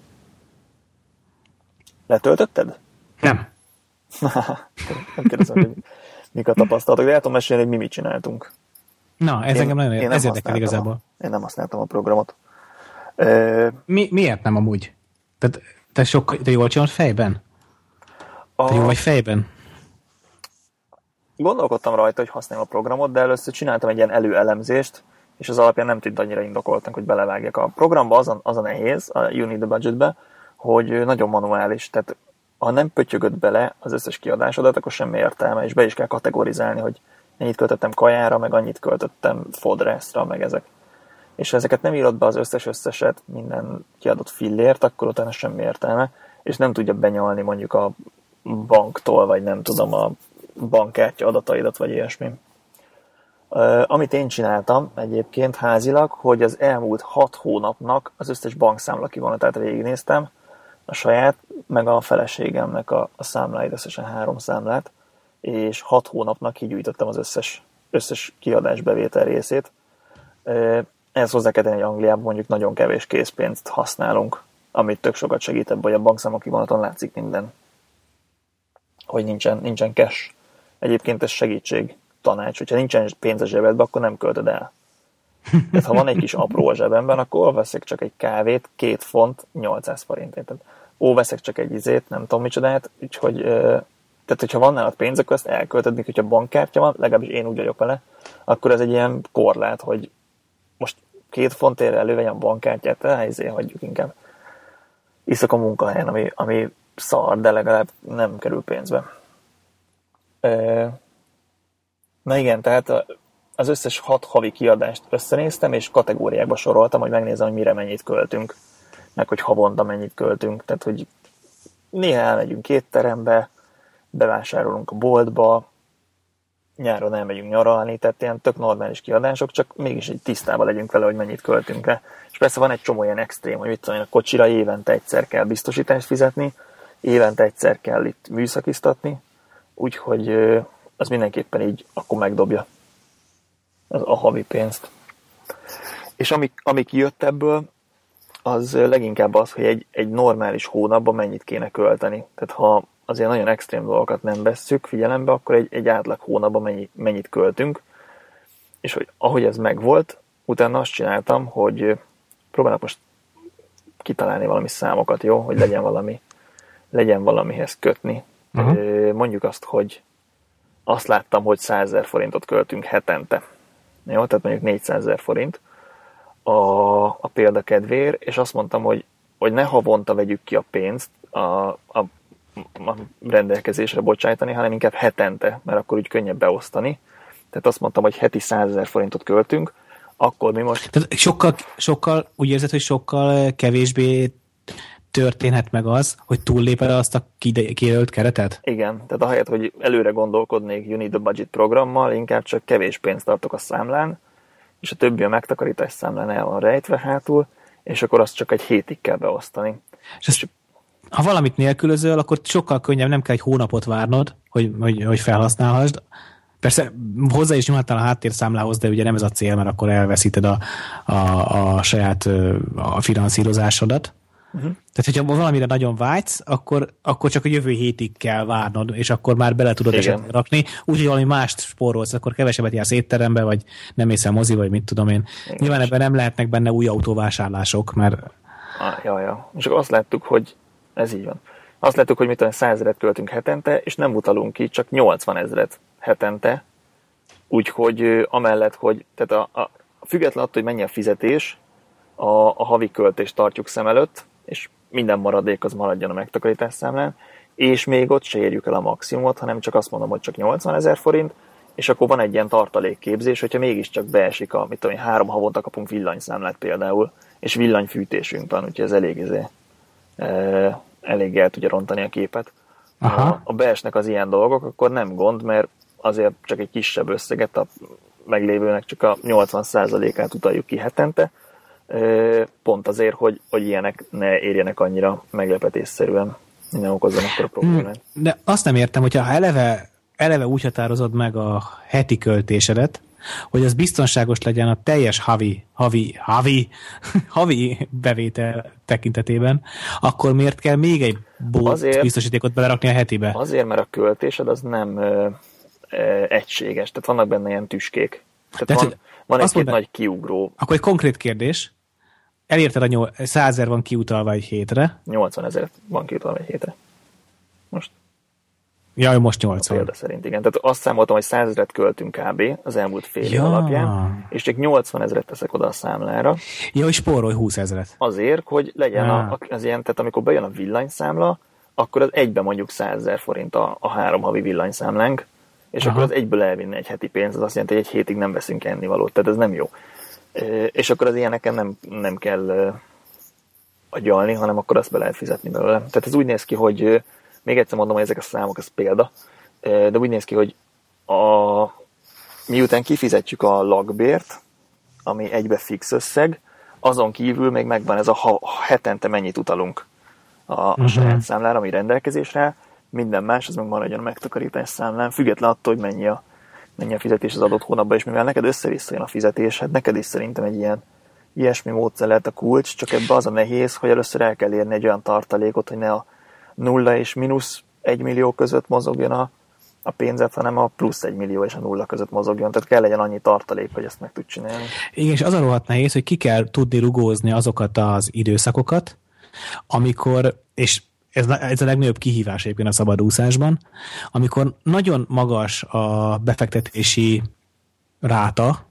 Letöltötted? Nem. Nem kérdezem, hogy mik a tapasztalatok, de el tudom mesélni, hogy mi mit csináltunk. Na, ez engem nagyon ez érdekel igazából. Én nem használtam a programot. Miért nem amúgy? Te jól csinálod fejben? Te jó vagy fejben? Gondolkodtam rajta, hogy használjam a programot, de először csináltam egy ilyen előelemzést, és az alapján nem tűnt annyira indokoltnak, hogy belevágjak. A programba az a nehéz, a You Need the Budgetbe, hogy nagyon manuális, tehát ha nem pöttyögöd bele az összes kiadásodat, akkor semmi értelme, és be is kell kategorizálni, hogy ennyit költöttem kajára, meg annyit költöttem fodrászra, meg ezek. És ha ezeket nem írod be az összeset, minden kiadott fillért, akkor utána semmi értelme, és nem tudja benyalni mondjuk a banktól, vagy nem tudom, a bankkártya adataidat, vagy ilyesmi. Amit én csináltam egyébként házilag, hogy az elmúlt 6 hónapnak az összes bankszámla kivonatát végignéztem, a saját, meg a feleségemnek a számláit, összesen 3 számlát, és 6 hónapnak kigyűjtöttem az összes kiadás bevétel részét. Ehhez hozzá kell tenni, hogy Angliában mondjuk nagyon kevés készpénzt használunk, amit tök sokat segít ebben, hogy a bankszámla kivonaton látszik minden. Hogy nincsen cash. Egyébként ez segítség, tanács. Hogyha nincsen pénz a zsebedben, akkor nem költöd el. Tehát ha van egy kis apró a zsebemben, akkor veszek csak egy kávét, 2 font, 800 forintért. Tehát veszek csak egy izét, nem tudom micsodát, úgyhogy tehát hogyha van nálad pénz, akkor ezt elköltöd, míg hogyha bankkártya van, legalábbis én úgy vagyok vele, akkor ez egy ilyen korlát, hogy most 2 fontért elővegyem a bankkártyát, hagyjuk inkább. Iszok a munkahelyen, ami szar, de legalább nem kerül pénzbe. Na igen, tehát az összes 6 havi kiadást összenéztem, és kategóriákba soroltam, hogy megnézem, hogy mire mennyit költünk, meg hogy havonta mennyit költünk. Tehát, hogy néha elmegyünk étterembe, bevásárolunk a boltba, nyáron elmegyünk nyaralni, tehát ilyen tök normális kiadások, csak mégis egy tisztában legyünk vele, hogy mennyit költünk le. És persze van egy csomó ilyen extrém, hogy itt a kocsira évente egyszer kell biztosítást fizetni, évente egyszer kell itt műszakiztatni, úgyhogy az mindenképpen így akkor megdobja a havi pénzt. És ami kijött ebből, az leginkább az, hogy egy normális hónapban mennyit kéne költeni. Tehát ha az ilyen nagyon extrém dolgokat nem vesszük figyelembe, akkor egy átlag hónapban mennyit költünk. És hogy ahogy ez megvolt, utána azt csináltam, hogy próbálok most kitalálni valami számokat, jó? Hogy legyen valamihez kötni. Mondjuk azt, hogy azt láttam, hogy 100 000 forintot költünk hetente. Jó? Tehát mondjuk 400 000 forint a példakedvéért, és azt mondtam, hogy ne havonta vegyük ki a pénzt a rendelkezésre bocsájtani, hanem inkább hetente, mert akkor úgy könnyebb beosztani. Tehát azt mondtam, hogy heti 100 000 forintot költünk, akkor mi most... Tehát sokkal úgy érzed, hogy sokkal kevésbé történhet meg az, hogy túlléped azt a kijelölt keretet? Igen, tehát ahelyett, hogy előre gondolkodnék You Need the Budget programmal, inkább csak kevés pénzt tartok a számlán, és a többi a megtakarítás számlán el van rejtve hátul, és akkor azt csak egy hétig kell beosztani. És ha valamit nélkülözöl, akkor sokkal könnyebb, nem kell egy hónapot várnod, hogy felhasználhassd. Persze hozzá is nyúlhattál a háttérszámlához, de ugye nem ez a cél, mert akkor elveszíted a saját a finanszírozásodat. Tehát, hogyha valamire nagyon vágysz, akkor csak a jövő hétig kell várnod, és akkor már bele tudod esetleg rakni. Úgyhogy valami mást spórolsz, akkor kevesebbet jársz étterembe, vagy nem mész el mozi, vagy mit tudom én. Igen. Nyilván ebben nem lehetnek benne új autóvásárlások, mert... Ja. És akkor azt láttuk, hogy ez így van. Azt láttuk, hogy 100 000 költünk hetente, és nem utalunk ki, csak 80 000 hetente. Úgyhogy amellett, hogy tehát független attól, hogy mennyi a fizetés, a havi költést tartjuk szem előtt, és minden maradék az maradjon a megtakarítás számlán, és még ott se érjük el a maximumot, hanem csak azt mondom, hogy csak 80 000 forint, és akkor van egy ilyen tartalékképzés, hogyha mégiscsak beesik 3 havonta kapunk villanyszámlát például, és villanyfűtésünk van, úgyhogy ez elég el tudja rontani a képet. Ha beesnek az ilyen dolgok, akkor nem gond, mert azért csak egy kisebb összeget a meglévőnek csak a 80%-át utaljuk ki hetente, pont azért, hogy ilyenek ne érjenek annyira meglepetésszerűen, ne okozzanak akkor a problémát. De azt nem értem, hogyha eleve úgy határozod meg a heti költésedet, hogy az biztonságos legyen a teljes havi bevétel tekintetében, akkor miért kell még egy biztosítékot belerakni a hetibe? Azért, mert a költésed az nem egységes, tehát vannak benne ilyen tüskék. Tehát van egy-két nagy kiugró. Akkor egy konkrét kérdés. Elérted 100 000 van kiutalva egy hétre. 80 000 van kiutalva egy hétre. Most. Jaj, most 80. Példa szerint, igen. Tehát azt számoltam, hogy 100 000 költünk kb. Az elmúlt fél év alapján, és csak 80 000 teszek oda a számlára. Ja, és spórolj 20 000. Azért, hogy legyen az ilyen, tehát amikor bejön a villanyszámla, akkor az egyben mondjuk 100 000 forint a 3 havi villanyszámlánk, és akkor az egyből elvinne egy heti pénz, az azt jelenti, hogy egy hétig nem veszünk ennivalót, tehát ez nem jó. És akkor az ilyeneken nem kell agyalni, hanem akkor azt be lehet fizetni belőle. Tehát ez úgy néz ki, hogy még egyszer mondom, hogy ezek a számok, ez példa, de úgy néz ki, hogy miután kifizetjük a lakbért, ami egybe fix összeg, azon kívül még megvan ez a hetente mennyit utalunk a saját számlára, ami rendelkezésre, minden más, az meg maradjon a megtakarítás számlán, független attól, hogy mennyi a fizetés az adott hónapban, és mivel neked össze-vissza jön a fizetés, hát neked is szerintem egy ilyesmi módszer lehet a kulcs, csak ebben az a nehéz, hogy először el kell érni egy olyan tartalékot, hogy ne a 0 és mínusz 1 millió között mozogjon a pénzet, hanem a plusz 1 millió és a 0 között mozogjon. Tehát kell legyen annyi tartalék, hogy ezt meg tud csinálni. Igen, és az a rohadt nehéz, hogy ki kell tudni rugózni azokat az időszakokat, amikor, és ez a legnagyobb kihívás egyébként a szabadúszásban, amikor nagyon magas a befektetési ráta,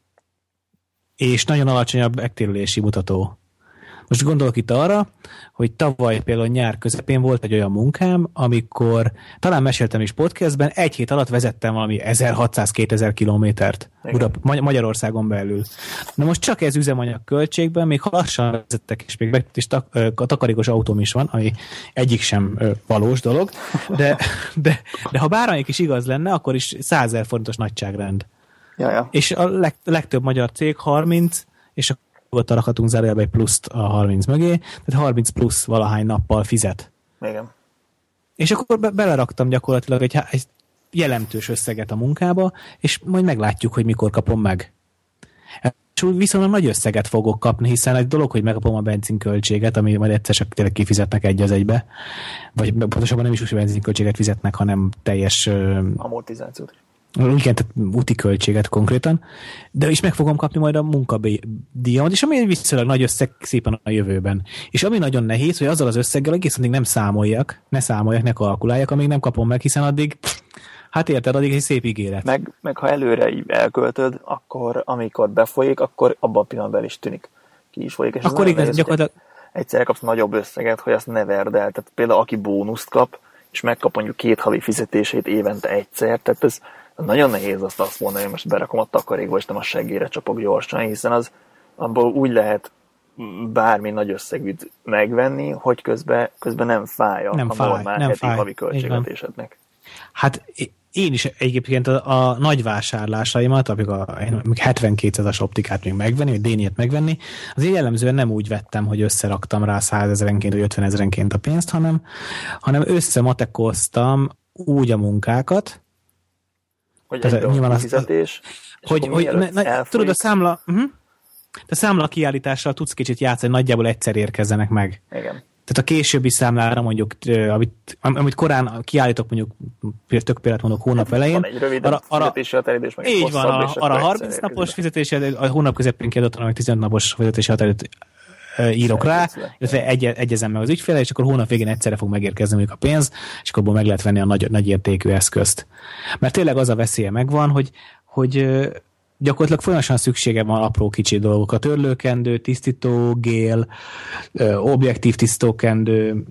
és nagyon alacsony a megtérülési mutató. Most gondolok itt arra, hogy tavaly például nyár közepén volt egy olyan munkám, amikor talán meséltem is podcastben, egy hét alatt vezettem valami 1600-2000 kilométert Magyarországon belül. Na most csak ez üzemanyag költségben, még lassan vezettek, és még takarékos autóm is van, ami egyik sem valós dolog, de ha bármelyik is igaz lenne, akkor is 100 000 forintos nagyságrend. Ja. És a legtöbb magyar cég 30, és ott rakhatunk zárójelbe egy pluszt a 30 mögé, tehát 30 plusz valahány nappal fizet. Igen. És akkor beleraktam gyakorlatilag egy jelentős összeget a munkába, és majd meglátjuk, hogy mikor kapom meg. És viszont nagy összeget fogok kapni, hiszen egy dolog, hogy megkapom a benzinköltséget, ami majd egyszer csak tényleg kifizetnek egy az egybe, vagy pontosabban nem is úgy, hogy benzinköltséget fizetnek, hanem teljes amortizációt. Igen, tehát úti költséget konkrétan, de is meg fogom kapni majd a munkadíjamat, és ami egy viszonylag nagy összeg szépen a jövőben. És ami nagyon nehéz, hogy azzal az összeggel egész addig ne kalkuláljak, amíg nem kapom meg, hiszen addig, hát érted, addig egy szép ígéret. Meg ha előre elköltöd, akkor amikor befolyik, akkor abban a pillanatban is tűnik, ki is folyik. És akkor igaz, gyakorlatilag egyszer kapsz nagyobb összeget, hogy azt ne verd el. Tehát például aki bónuszt kap, és megkap mondjuk 2 havi fizetését évente egyszer, tehát ez nagyon nehéz azt mondani, hogy most berakom a takarékba, és nem a seggére csapok gyorsan, hiszen az abból úgy lehet bármi nagy összegűt megvenni, hogy közben nem fáj a normál heti havi költségvetésednek. Hát én is egyébként a nagy vásárlásaimat, amíg 70-200-as optikát még megvenni, vagy D4-et megvenni, azért jellemzően nem úgy vettem, hogy összeraktam rá 100 000-enként, vagy 50 000-enként a pénzt, hanem összematekoztam úgy a munkákat, hogy egyben a fizetés, tudod, a számla kiállítással tudsz kicsit játszani, nagyjából egyszer érkezzenek meg. Igen. Tehát a későbbi számlára mondjuk, amit korán kiállítok, mondjuk tök példát mondok hónap elején. Van egy rövidebb fizetési határidő, meg így van, arra 30 napos fizetési a hónap közepén kiadottan, meg 15 napos fizetési határidőt írok rá, illetve egyezem meg az ügyféle, és akkor hónap végén egyszerre fog megérkezni mondjuk a pénz, és akkor meg lehet venni a nagy értékű eszközt. Mert tényleg az a veszélye megvan, hogy gyakorlatilag folyamatosan szüksége van apró kicsi dolgokra. Törlőkendő, tisztító, gél, objektív tisztítókendő,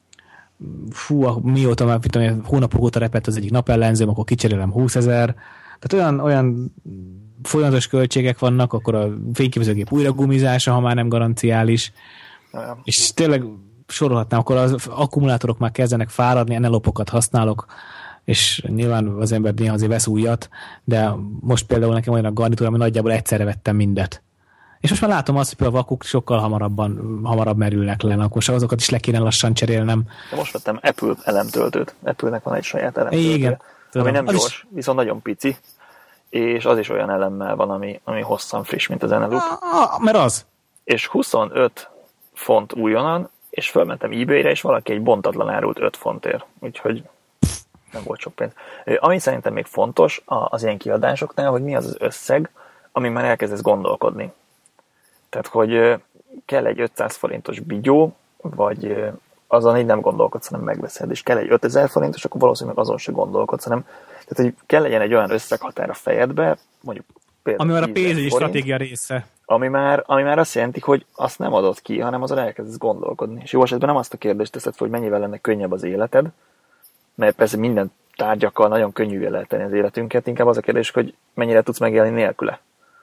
mióta már hónapok óta repett az egyik napellenzőm, akkor kicserélem 20 000. Tehát olyan folyamatos költségek vannak, akkor a fényképezőgép újra gumizása, ha már nem garanciális. És tényleg sorolhatnám, akkor az akkumulátorok már kezdenek fáradni, enelopokat használok, és nyilván az ember néha azért vesz újat, de most például nekem olyan a garnitúra, ami nagyjából egyszerre vettem mindet. És most már látom azt, hogy a vakuk sokkal hamarabb merülnek le, akkor azokat is le kéne lassan cserélnem. De most vettem Apple elemtöltőt. Apple-nek van egy saját elemtöltő. Igen, ami nem gyors, viszont nagyon pici, és az is olyan elemmel van, ami hosszan friss, mint az Eneloop. Mert az. És 25 font újonnan, és fölmentem eBay-re, és valaki egy bontatlan árult 5 fontért. Úgyhogy nem volt sok pénz. Ami szerintem még fontos az ilyen kiadásoknál, hogy mi az az összeg, ami már elkezdesz gondolkodni. Tehát, hogy kell egy 500 forintos bigyó, vagy azon így nem gondolkodsz, hanem megveszed, és kell egy 5000 forint, és akkor valószínűleg azon se gondolkodsz, hanem tehát, hogy kell legyen egy olyan összeghatár a fejedbe, mondjuk például ami már a pénzügyi stratégia része. Ami már azt jelenti, hogy azt nem adod ki, hanem azon elkezdesz gondolkodni. És jó esetben nem azt a kérdést teszed fel, hogy mennyivel lenne könnyebb az életed, mert persze minden tárgyakkal nagyon könnyűvé lehet tenni az életünket, inkább az a kérdés, hogy mennyire tudsz megélni nélküle.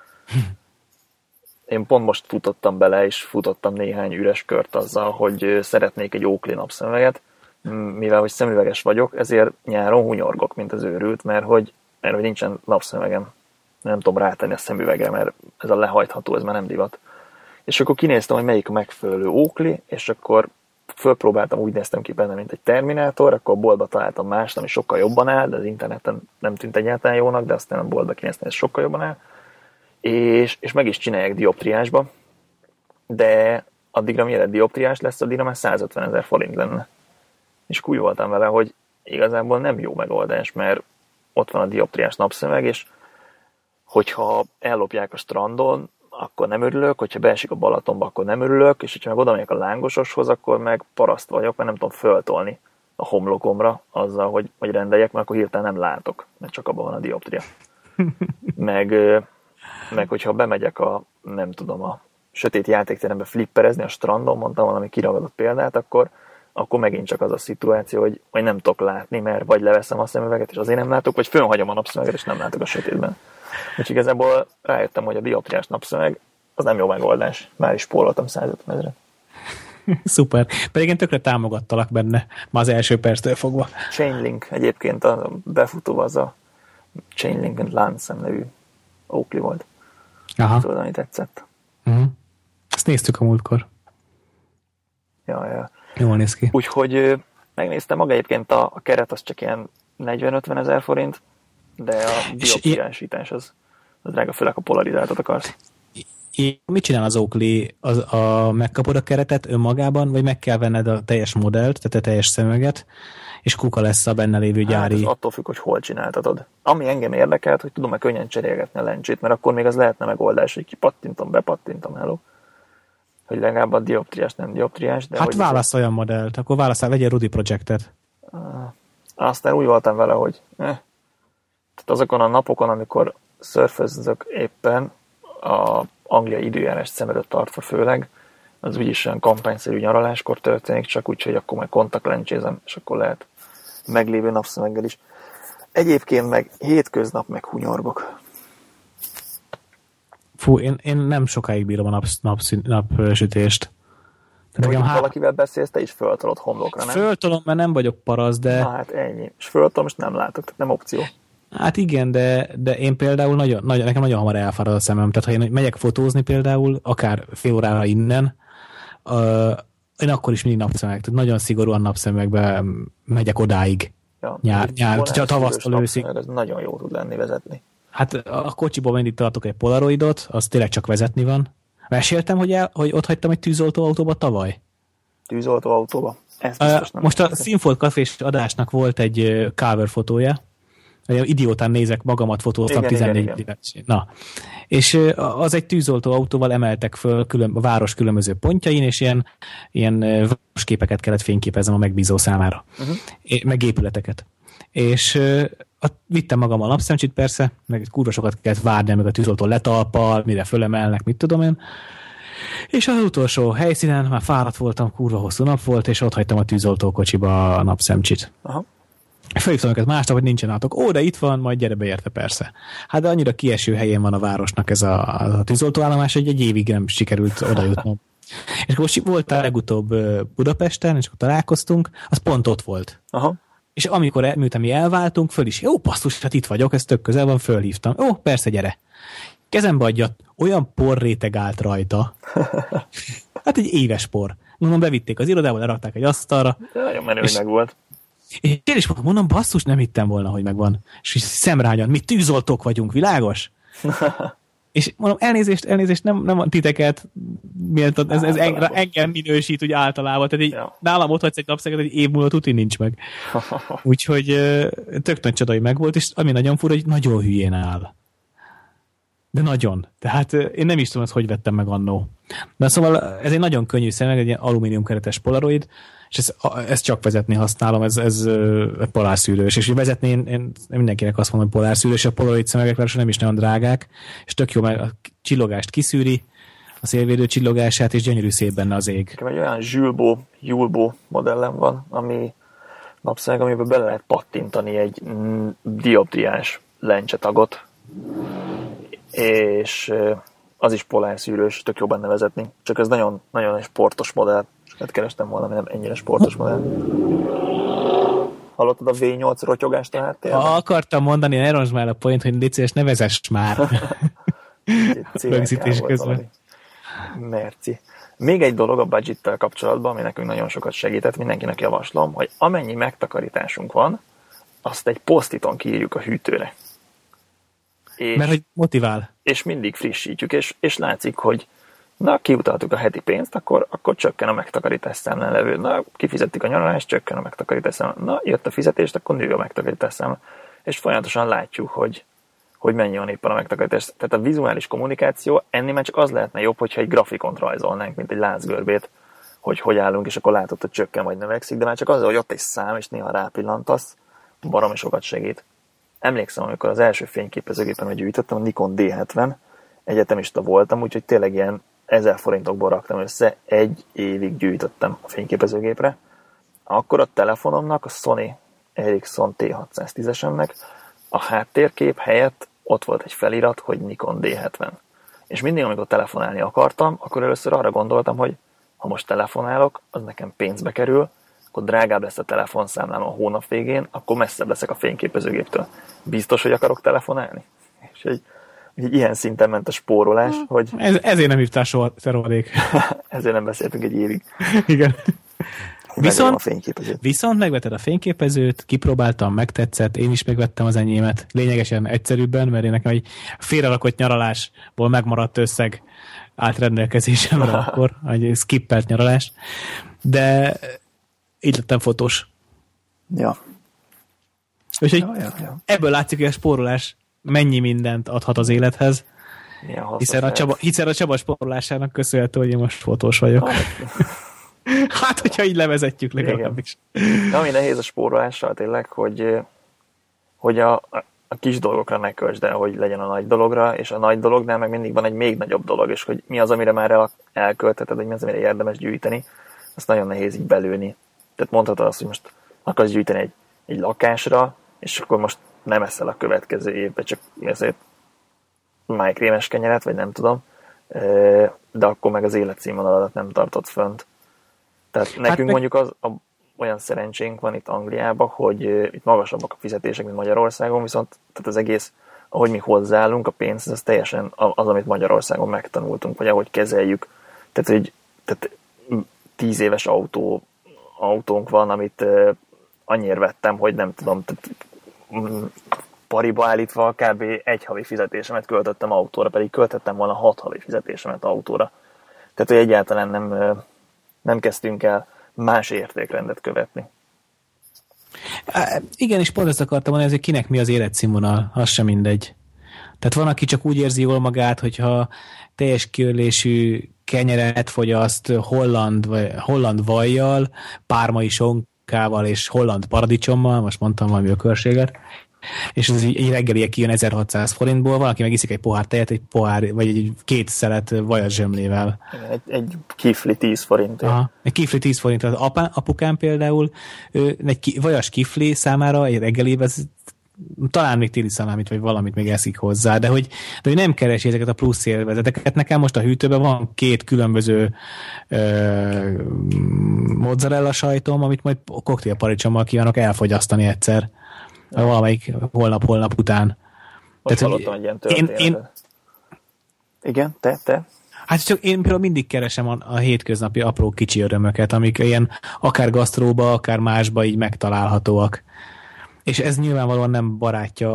Én pont most futottam bele, és futottam néhány üres kört azzal, hogy szeretnék egy Oakley napszemüveget, mivel hogy szemüveges vagyok, ezért nyáron hunyorgok, mint az őrült, mert hogy nincsen napszemüvegem. Nem tudom rátenni a szemüvegre, mert ez a lehajtható, ez már nem divat. És akkor kinéztem, hogy melyik a megfelelő Oakley, és akkor fölpróbáltam, úgy néztem ki benne, mint egy Terminátor, akkor a boltba találtam mást, ami sokkal jobban áll, de az interneten nem tűnt egyáltalán jónak, de aztán a boltba kinéztem, ez sokkal jobban áll. És meg is csinálják dioptriásba, de addigra mielőtt dioptriás lesz, addigra már 150 000 forint lenne. És úgy voltam vele, hogy igazából nem jó megoldás, mert ott van a dioptriás napszemüveg, és hogyha ellopják a strandon, akkor nem örülök, hogyha beesik a Balatonba, akkor nem örülök, és hogyha meg oda megyek a lángososhoz, akkor meg paraszt vagyok, mert nem tudom föltolni a homlokomra azzal, hogy rendeljek, mert akkor hirtelen nem látok, mert csak abban van a dioptria. Meg hogyha bemegyek a sötét játékterembe flipperezni a strandon, mondtam valami kiragadott példát, akkor megint csak az a szituáció, hogy nem tudok látni, mert vagy leveszem a szemüveget, és azért nem látok, vagy fölhagyom a napszemüveget, és nem látok a sötétben. Úgyhogy igazából rájöttem, hogy a dioptriás napszemüveg az nem jó megoldás. Már is spóroltam 150 000-et. Szuper. Pedig én tökre támogattalak benne, már az első perctől fogva. Chainlink egyébként a befutó az a Chainlink Lancem nevű Oakley volt. Aha. Tudod, ami tetszett. Uh-huh. Ezt néztük a múltkor. Ja. Jól néz ki. Úgyhogy megnéztem maga egyébként a keret, az csak ilyen 40-50 000 forint, de a dioptriásítás az drága, főleg a polarizáltat akarsz. Mit csinál az Oakley? Megkapod a keretet önmagában, vagy meg kell venned a teljes modellt, tehát a teljes szemüveget, és kuka lesz a benne lévő gyári... Hát ez attól függ, hogy hol csináltatod. Ami engem érdekelt, hogy tudom-e könnyen cserélgetni a lencsét, mert akkor még az lehetne megoldás, hogy kipattintom, bepattintom, hello. Hogy legalább a dioptriás nem dioptriás, de... Hát válasz olyan modellt, akkor válaszál, vegyél Rudy Projectet. Aztán úgy voltam vele, hogy tehát azokon a napokon, amikor szörfözök éppen, a Anglia időjárást szem előtt tartva főleg, az úgyis olyan kampányszerű nyaraláskor történik, csak úgy, hogy akkor majd kontaktlencsézem, és akkor lehet meglévő napszöveggel is. Egyébként meg hétköznap meg hunyorgok. Fú, én nem sokáig bírom a napsütést. Valakivel beszélsz, te is föltolod homlokra, nem? Föltolom, mert nem vagyok parasz, de... Na hát ennyi. És föltolom, és nem látok, tehát nem opció. Hát igen, de én például nekem nagyon hamar elfárad a szemem. Tehát ha én megyek fotózni például, akár fél órára innen, én akkor is mindig napszemüveg. Tehát nagyon szigorúan napszemüvegbe megyek odáig. Ja, nyár tavasztól őszig. Ez nagyon jó tud lenni vezetni. Hát a kocsiból mindig tartok egy polaroidot, az tényleg csak vezetni van. Meséltem, hogy ott hagytam egy tűzoltóautóba tavaly? Tűzoltóautóba? Most a Színfolt Cafés adásnak volt egy cover fotója. Idiótán nézek, magamat fotóztam 14 éves. Na. És az egy tűzoltóautóval emeltek föl a város különböző pontjain, és ilyen városképeket kellett fényképeznem a megbízó számára. Meg épületeket. És vittem magam a napszemcsit persze, meg kurva sokat kellett várni, meg a tűzoltó letalpal, mire fölemelnek, mit tudom én. És az utolsó helyszínen már fáradt voltam, kurva hosszú nap volt, és ott hagytam a tűzoltókocsiba a napszemcsit. Aha. Felhívtam őket másnap, hogy nincsen átok. Ó, de itt van, majd gyere be érte persze. Hát de annyira kieső helyén van a városnak ez a tűzoltóállomás, hogy egy évig nem sikerült odajutnom. És akkor voltál legutóbb Budapesten, és akkor találkoztunk, az pont ott volt. Aha. És amikor miután mi elváltunk, föl is, jó basszus, hát itt vagyok, ez tök közel van, fölhívtam. Ó, persze, gyere. Kezembe adja, olyan porréteg állt rajta. Hát egy éves por. Mondom, bevitték az irodába, lerakták egy asztalra. Nagyon menő, hogy meg volt. És én is mondom, basszus, nem hittem volna, hogy megvan. És szemrányan, mi tűzoltók vagyunk, világos? És mondom, elnézést, nem a titeket, miért ez engem minősít úgy általában. Tehát így, nálam ott hagysz egy napszeget, egy év múlva tuti nincs meg. Úgyhogy tök nagy csodai megvolt, és ami nagyon fura, hogy nagyon hülyén áll. De nagyon. Tehát én nem is tudom, hogy vettem meg annó. De szóval ez egy nagyon könnyű szemüveg, egy ilyen alumíniumkeretes polaroid, és ezt csak vezetni használom, ez polárszűrős, és vezetni én mindenkinek azt mondom, hogy polárszűrős, a Polaroid szemüvegek nem is nagyon drágák, és tök jó, mert a csillogást kiszűri, a szélvédő csillogását, és gyönyörű szép benne az ég. Egy olyan Julbo modellem van, ami napszemüveg, amiben bele lehet pattintani egy dioptriás lencsetagot, és az is polárszűrős, tök jó benne vezetni. Csak ez nagyon, nagyon sportos modell. Hát kerestem volna, nem ennyire sportos modell. Hallottad a V8 rotyogást a háttérben? Akartam mondani, ne roncsd már a point, hogy légy szíves, ne vezess már. Rögzítés közben. Merci. Még egy dolog a budgettel kapcsolatban, ami nekünk nagyon sokat segített, mindenkinek javaslom, hogy amennyi megtakarításunk van, azt egy posztiton kiírjuk a hűtőre. Mert hogy motivál. És mindig frissítjük, és látszik, hogy na, kiutaltuk a heti pénzt, akkor csökken a megtakarítás számlán levő. Na, kifizettük a nyaralást, csökken a megtakarítás számlán. Na, jött a fizetést, akkor nő a megtakarítás számlán. És folyamatosan látjuk, hogy mennyi van éppen a megtakarítás. Tehát a vizuális kommunikáció, ennél már csak az lehetne jobb, hogyha egy grafikont rajzolnánk, mint egy lázgörbét, hogy állunk, és akkor látod, hogy csökken vagy növekszik, de már csak az, hogy ott egy szám, és néha rápillantasz, baromi sokat segít. Emlékszem, amikor az első fényképezőgépen gyűjtöttem, a Nikon D70, egyetemista voltam, úgyhogy tényleg ilyen 1000 forintokból raktam össze, 1 évig gyűjtöttem a fényképezőgépre. Akkor a telefonomnak, a Sony Ericsson T610-esemnek a háttérkép helyett ott volt egy felirat, hogy Nikon D70. És mindig, amikor telefonálni akartam, akkor először arra gondoltam, hogy ha most telefonálok, az nekem pénzbe kerül, akkor drágább lesz a telefonszámlám a hónap végén, akkor messzebb leszek a fényképezőgéptől. Biztos, hogy akarok telefonálni? És egy ilyen szinten ment a spórolás, hogy... Ezért nem hívtál soha szervadék. Ezért nem beszéltünk egy évig. Igen. Viszont megvetted a fényképezőt, kipróbáltam, megtetszett, én is megvettem az enyémet. Lényegesen egyszerűbben, mert én nekem egy félrerakott nyaralásból megmaradt összeg állt rendelkezésemre akkor, egy skippelt nyaralás. De így lettem fotós. Ja. Úgyhogy ebből látszik, hogy a spórolás mennyi mindent adhat az élethez. Hiszen a Csaba spórolásának köszönhető, hogy én most fotós vagyok. Hát, hogyha így levezetjük legalábbis. Ami nehéz a spórolással tényleg, hogy a kis dolgokra ne költsd el, hogy legyen a nagy dologra, és a nagy dolognál meg mindig van egy még nagyobb dolog, és hogy mi az, amire már elköltheted, hogy mi az, amire érdemes gyűjteni, azt nagyon nehéz így belőni. Tehát mondhatod azt, hogy most akarsz gyűjteni egy lakásra, és akkor most nem eszel a következő évben, csak ezért májkrémes kenyeret, vagy nem tudom, de akkor meg az életszínvonaladat nem tartod fönt. Tehát nekünk mondjuk olyan szerencsénk van itt Angliában, hogy itt magasabbak a fizetések, mint Magyarországon, viszont tehát az egész, ahogy mi hozzáállunk, a pénz, az teljesen az, amit Magyarországon megtanultunk, vagy ahogy kezeljük. Tehát 10 éves autónk van, amit annyira vettem, hogy nem tudom, pariba állítva kb. 1 havi fizetésemet költöttem autóra, pedig költöttem volna 6 havi fizetésemet autóra. Tehát, hogy egyáltalán nem kezdtünk el más értékrendet követni. Igen, és pont ezt akartam mondani, hogy kinek mi az életszínvonal, az sem mindegy. Tehát van, aki csak úgy érzi jól magát, hogyha teljes kiörlésű kenyeret fogyaszt holland vajjal, pármai sonkával és holland paradicsommal, most mondtam valami ökörséget, és ez egy reggeliek kijön 1600 forintból, valaki megiszik egy pohár tejet, egy pohár, vagy egy 2 szelet vajas zsömlével. Egy kifli 10 forint. Aha, egy kifli 10 forint. Az apukám például egy vajas kifli számára egy reggeliben talán még téli szalámit, vagy valamit még eszik hozzá, de hogy nem keresi ezeket a plusz élvezeteket. Nekem most a hűtőben van 2 különböző mozzarella sajtom, amit majd koktélparadicsommal kívánok elfogyasztani egyszer. Valamelyik holnap után. Most hallottam egy ilyen történetet. Igen, te? Hát csak én például mindig keresem a hétköznapi apró kicsi örömöket, amik ilyen akár gasztróba, akár másba így megtalálhatóak. És ez nyilvánvalóan nem barátja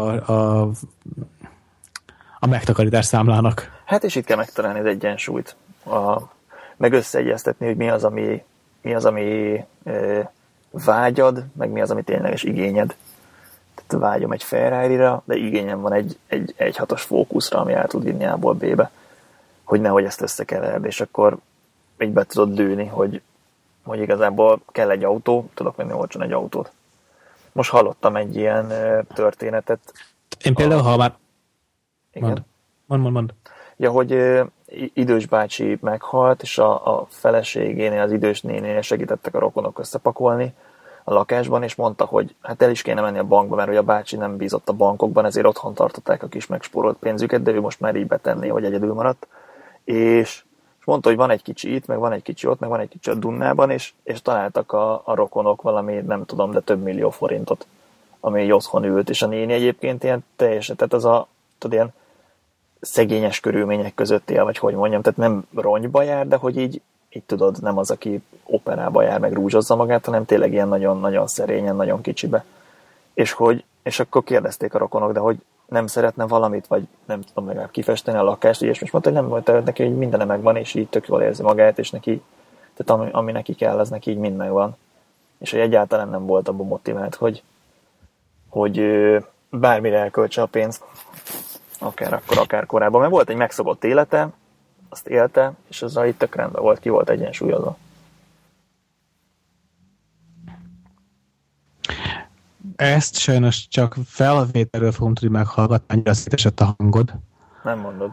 a megtakarítás számlának. Hát és itt kell megtalálni az egyensúlyt. Meg összeegyeztetni, hogy mi az, ami vágyad, meg mi az, ami tényleges igényed. Tehát vágyom egy Ferrari-ra, de igényem van egy 1.6-os Focusra, ami el tud vinni A-ból B-be, hogy nehogy ezt összekeverd, és akkor így be tudod lőni, hogy hogy igazából kell egy autó, tudok venni olcsón egy autót. Most hallottam egy ilyen történetet. Én például, ha már... Igen. Mond. Ja, hogy idős bácsi meghalt, és a feleségénél, az idős nénénél segítettek a rokonok összepakolni a lakásban, és mondta, hogy hát el is kéne menni a bankba, mert hogy a bácsi nem bízott a bankokban, ezért otthon tartották a kis megspórolt pénzüket, de ő most már így betenné, hogy egyedül maradt. És mondta, hogy van egy kicsi itt, meg van egy kicsi ott, meg van egy kicsi a Dunnában, és találtak a rokonok valami, nem tudom, de több millió forintot, ami így otthon ült, és a néni egyébként ilyen teljesen, tehát az a, tudod, ilyen szegényes körülmények között él, vagy hogy mondjam, tehát nem rongyba jár, de hogy így tudod, nem az, aki operába jár, meg rúzsozza magát, hanem tényleg ilyen nagyon-nagyon szerényen, nagyon kicsibe. És akkor kérdezték a rokonok, de hogy nem szeretne valamit, vagy nem tudom, legalább kifesteni a lakást, és most mondta, hogy nem volt neki, hogy mindene megvan, és így tök jól érzi magát, és neki, tehát ami neki kell, az neki így mind megvan. És hogy egyáltalán nem volt abban motivált, hogy bármire elköltse a pénzt, akár akkor, akár korábban. Mert volt egy megszokott élete, azt élte, és azzal itt tök rendben volt, ki volt egyensúlyozva. Ezt sajnos csak felvételről fogom tudni meghallgatni, annyira szétesett a hangod. Nem mondod.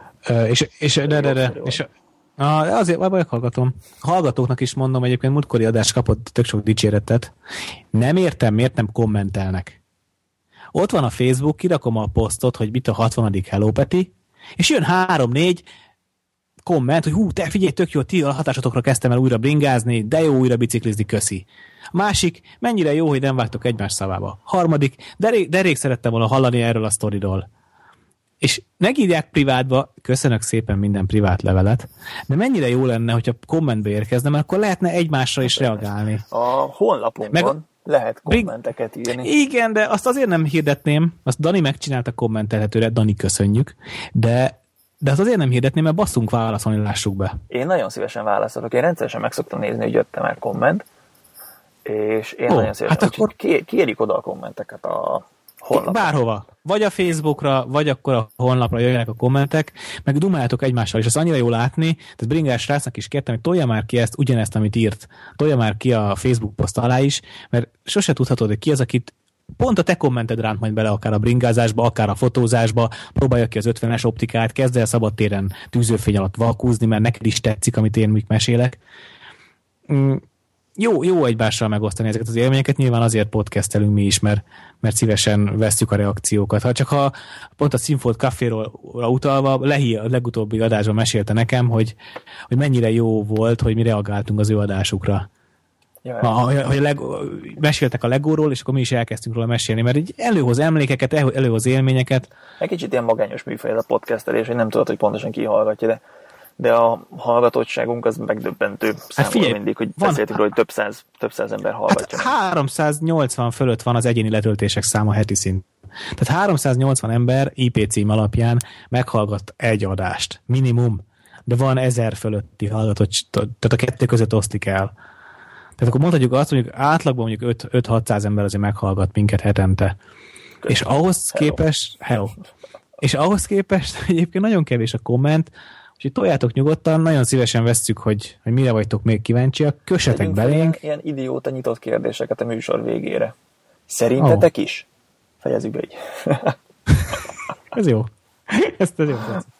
Azért majd meghallgatom. A hallgatóknak is mondom, egyébként múltkori adás kapott tök sok dicséretet. Nem értem, miért nem kommentelnek. Ott van a Facebook, kirakom a posztot, hogy mit a 60. Hello Peti, és jön 3-4 komment, hogy te figyelj, tök jó, ti a hatásotokra kezdtem el újra bringázni, de jó újra biciklizni, köszi. A másik, mennyire jó, hogy nem vágtok egymás szavába. Harmadik, de rég szerettem volna hallani erről a sztoriról. És megírják privátba, köszönök szépen minden privát levelet, de mennyire jó lenne, hogyha kommentbe érkezne, mert akkor lehetne egymásra is reagálni. A honlapunkon lehet kommenteket írni. Igen, de azt azért nem hirdetném, azt Dani megcsinálta kommentelhetőre, Dani, köszönjük, de azt azért nem hirdetném, mert basszunk válaszolni, lássuk be. Én nagyon szívesen válaszolok. Én rendszeresen meg szoktam nézni, hogy jött-e már komment, és én nagyon szívesen, hát akkor kérjük oda a kommenteket a honlapra. Bárhova. Vagy a Facebookra, vagy akkor a honlapra jöjjenek a kommentek, meg dumáljátok egymással, és az annyira jó látni, tehát Bringás srácnak is kértem, hogy tolja már ki ugyanezt, amit írt, tolja már ki a Facebook poszt alá is, mert sose tudhatod, hogy ki az, akit pont a te kommented ránt majd bele, akár a bringázásba, akár a fotózásba, próbálja ki az 50-es optikát, kezd el szabadtéren tűzőfény alatt valkúzni, mert neked is tetszik, amit én még mesélek. Jó egymással megosztani ezeket az élményeket, nyilván azért podcastelünk mi is, mert szívesen vesszük a reakciókat. Ha pont a Színfolt Caféról utalva, Lehi a legutóbbi adásban mesélte nekem, hogy mennyire jó volt, hogy mi reagáltunk az ő adásukra. Hogy meséltek a Legóról, és akkor mi is elkezdtünk róla mesélni, mert így előhoz emlékeket, előhoz élményeket. Egy kicsit ilyen magányos műfaj ez a podcastelés, hogy nem tudod, hogy pontosan ki hallgatja, de a hallgatottságunk az megdöbbentő számomra mindig, hogy beszéltük róla, hogy több száz ember hallgatja. Hát 380 fölött van az egyéni letöltések száma heti szint. Tehát 380 ember IP cím alapján meghallgat egy adást. Minimum. De van 1000 fölötti hallgatott, tehát a kettő között osztik el. Tehát akkor mondhatjuk azt, hogy átlagban mondjuk 5-600 ember azért meghallgat minket hetente. Köszönöm. És ahhoz képest egyébként nagyon kevés a komment, úgyhogy toljátok nyugodtan, nagyon szívesen vesszük, hogy mire vagytok még kíváncsiak, kössetek belénk. Ilyen idióta nyitott kérdéseket a műsor végére. Szerintetek is? Fejezzük be így. Ez jó. Ezt jó.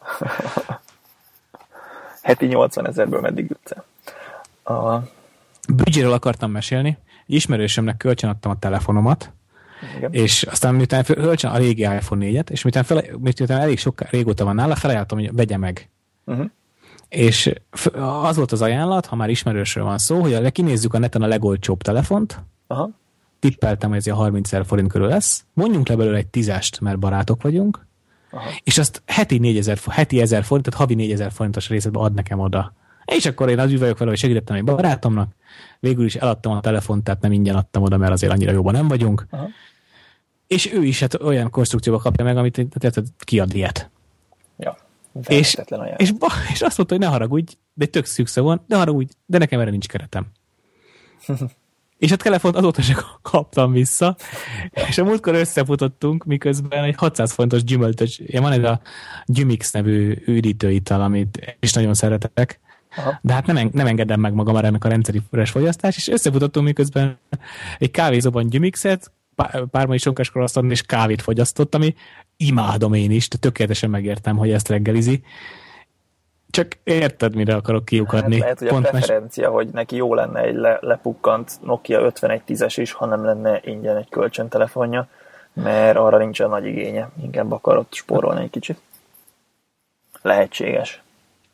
Heti 80 000-ből meddig jutsz el? Büdzséről akartam mesélni. Ismerősömnek kölcsönadtam a telefonomat, igen. És aztán miután kölcsön a régi iPhone 4-et, és miután elég régóta van nála, felajánlottam, hogy vegye meg. Uh-huh. És az volt az ajánlat, ha már ismerősről van szó, hogy kinézzük a neten a legolcsóbb telefont. Uh-huh. Tippeltem, hogy ez a 30 000 forint körül lesz. Mondjunk le belőle egy 10-est, mert barátok vagyunk. Uh-huh. És azt heti 1000 forint, tehát havi 4000 forintos részletben ad nekem oda. És akkor én az vagyok vele, hogy segítettem egy barátomnak, végül is eladtam a telefont, tehát nem ingyen adtam oda, mert azért annyira jóban nem vagyunk. Uh-huh. És ő is hát olyan konstrukcióba kapja meg, amit kiad ilyet. Ja, és azt mondta, hogy ne haragudj, de egy tök szűksze van, ne haragudj, de nekem erre nincs keretem. És a telefont azóta sem kaptam vissza, és a múltkor összefutottunk, miközben egy 600 fontos gyümöltös, van ez a Gymix nevű üdítőital, amit is nagyon szeretek, de hát nem engedem meg magam már ennek a rendszeres fogyasztás, és összefutottunk, miközben egy kávézóban gyümixet, pármai sonkáskor azt és kávét fogyasztott, ami imádom én is, de tökéletesen megértem, hogy ezt reggelizi. Csak érted, mire akarok kiukadni. Hát lehet, hogy a preferencia, hogy neki jó lenne egy lepukkant Nokia 5110-es is, ha nem lenne ingyen egy kölcsöntelefonja, mert arra nincsen nagy igénye. Inkább akarott spórolni egy kicsit. Lehetséges.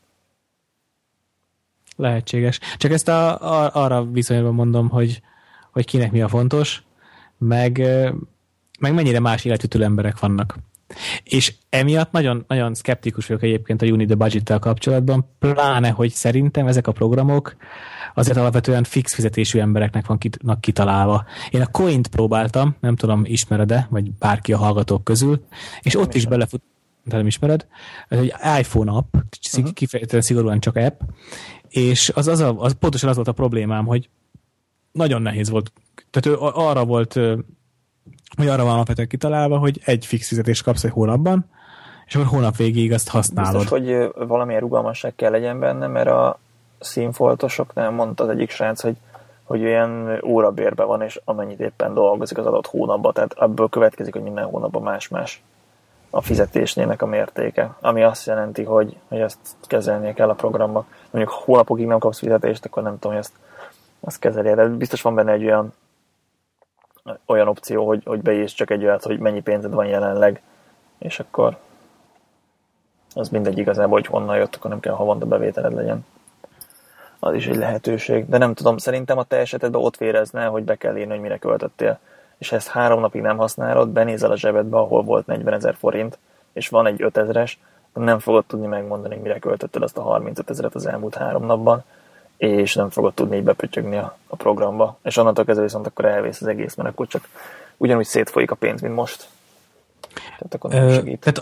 Csak ezt arra viszonyban mondom, hogy kinek mi a fontos, meg mennyire más életütő emberek vannak. És emiatt nagyon, nagyon szkeptikus vagyok egyébként a You Need a Budget-tel kapcsolatban, pláne, hogy szerintem ezek a programok azért alapvetően fix fizetésű embereknek vannak kitalálva. Én a Coint próbáltam, nem tudom, ismered-e, vagy bárki a hallgatók közül, és ott is belefut, nem ismered, ez egy iPhone app, kifejezetten szigorúan csak app, és az pontosan az volt a problémám, hogy nagyon nehéz volt, tehát arra van alapvetően kitalálva, hogy egy fix fizetést kapsz egy hónapban, és akkor hónap végéig azt használod. Biztos, hogy valamilyen rugalmasság kell legyen benne, mert a színfoltosoknál mondta az egyik srác, hogy olyan órabérben van, és amennyit éppen dolgozik az adott hónapban, tehát ebből következik, hogy minden hónapban más-más a fizetésnének a mértéke, ami azt jelenti, hogy ezt kezelnie kell a programba. Mondjuk hónapokig nem kapsz fizetést, akkor nem tudom, hogy ezt kezelje, de biztos van benne egy olyan opció, hogy beírsz csak egy olyat, hogy mennyi pénzed van jelenleg, és akkor az mindegy igazából, hogy honnan jött, akkor nem kell havonta bevételed legyen. Az is egy lehetőség. De nem tudom, szerintem a te esetedben ott vérezne, hogy be kell írni, hogy mire költöttél. És ha ezt 3 napig nem használod, benézel a zsebedbe, ahol volt 40 000 forint, és van egy 5000-es, nem fogod tudni megmondani, hogy mire költötted azt a 35 000 az elmúlt 3 napban, és nem fogod tudni így bepötyögni a programba. És onnantól kezdve viszont akkor elvész az egész, mert akkor csak ugyanúgy szétfolyik a pénz, mint most. Tehát akkor nem segít.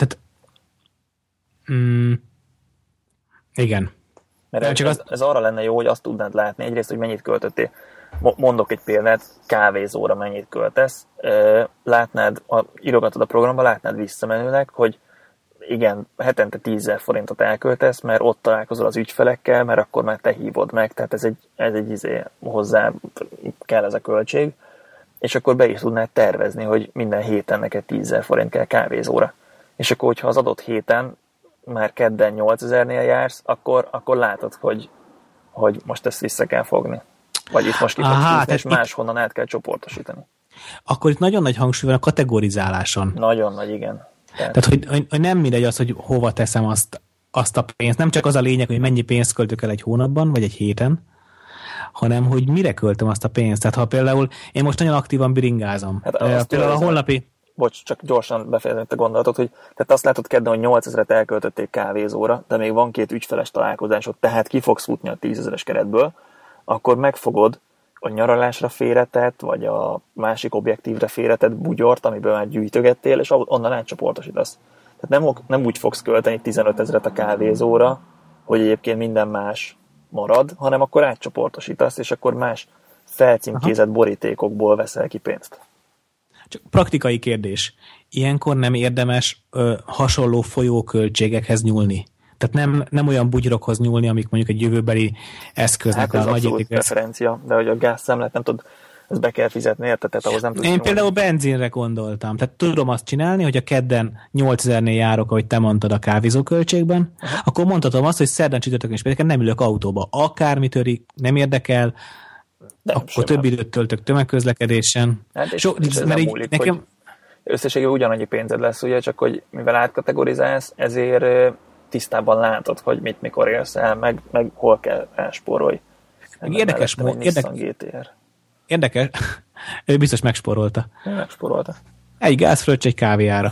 Igen. Mert csak ez arra lenne jó, hogy azt tudnád látni egyrészt, hogy mennyit költöttél. Mondok egy példát, kávézóra mennyit költesz. Látnád, írogatod a programba, látnád visszamenőleg, hogy igen, hetente 10 000 forintot elköltesz, mert ott találkozol az ügyfelekkel, mert akkor már te hívod meg, tehát ez egy hozzá kell ez a költség, és akkor be is tudnád tervezni, hogy minden héten neked 10 000 forint kell kávézóra. És akkor, hogyha az adott héten már kedden 8 000-nél jársz, akkor látod, hogy most ezt vissza kell fogni. Vagy itt most és máshonnan át kell csoportosítani. Akkor itt nagyon nagy hangsúly van a kategorizáláson. Nagyon nagy, igen. Tehát hogy nem mindegy az, hogy hova teszem azt a pénzt. Nem csak az a lényeg, hogy mennyi pénzt költök el egy hónapban, vagy egy héten, hanem hogy mire költöm azt a pénzt. Tehát ha például én most nagyon aktívan biringázom. Hát például a holnapi... Bocs, csak gyorsan befejezem a gondolatot, hogy tehát azt látod kedden, hogy 8 000-et elköltöttél kávézóra, de még van 2 ügyfeles találkozásod, tehát ki fogsz futni a 10 000-es keretből, akkor megfogod a nyaralásra félretett, vagy a másik objektívre félretett bugyort, amiből már gyűjtögettél, és onnan átcsoportosítasz. Tehát nem úgy fogsz költeni 15 000-et a kávézóra, hogy egyébként minden más marad, hanem akkor átcsoportosítasz, és akkor más felcímkézett borítékokból veszel ki pénzt. Csak praktikai kérdés. Ilyenkor nem érdemes hasonló folyóköltségekhez nyúlni. Tehát nem olyan bugyrokhoz nyúlni, amik mondjuk egy jövőbeli eszköznek a nagy értékű preferencia, de hogy a gázszámlát nem tudod, ezt be kell fizetni, érted? Tehát ahhoz nem tudsz. Én például benzinre gondoltam. Tehát tudom azt csinálni, hogy a kedden 8 000-nél járok, ahogy te mondtad a kávézóköltségben, akkor mondhatom azt, hogy szerdán, csütörtökön és pénteken nem ülök autóba. Akármi törik, nem érdekel, akkor több időt töltök tömegközlekedésen. Hát mert így nekem... Összességében ugyanannyi pénzed lesz, ugye, csak hogy mivel átkategorizálsz, ezért tisztában látod, hogy mit mikor érsz el, meg hol kell elspórolj. Érdekes Érdekes. Ő biztos megspórolta. Megspórolta. Egy gázfröccs, egy kávéjára.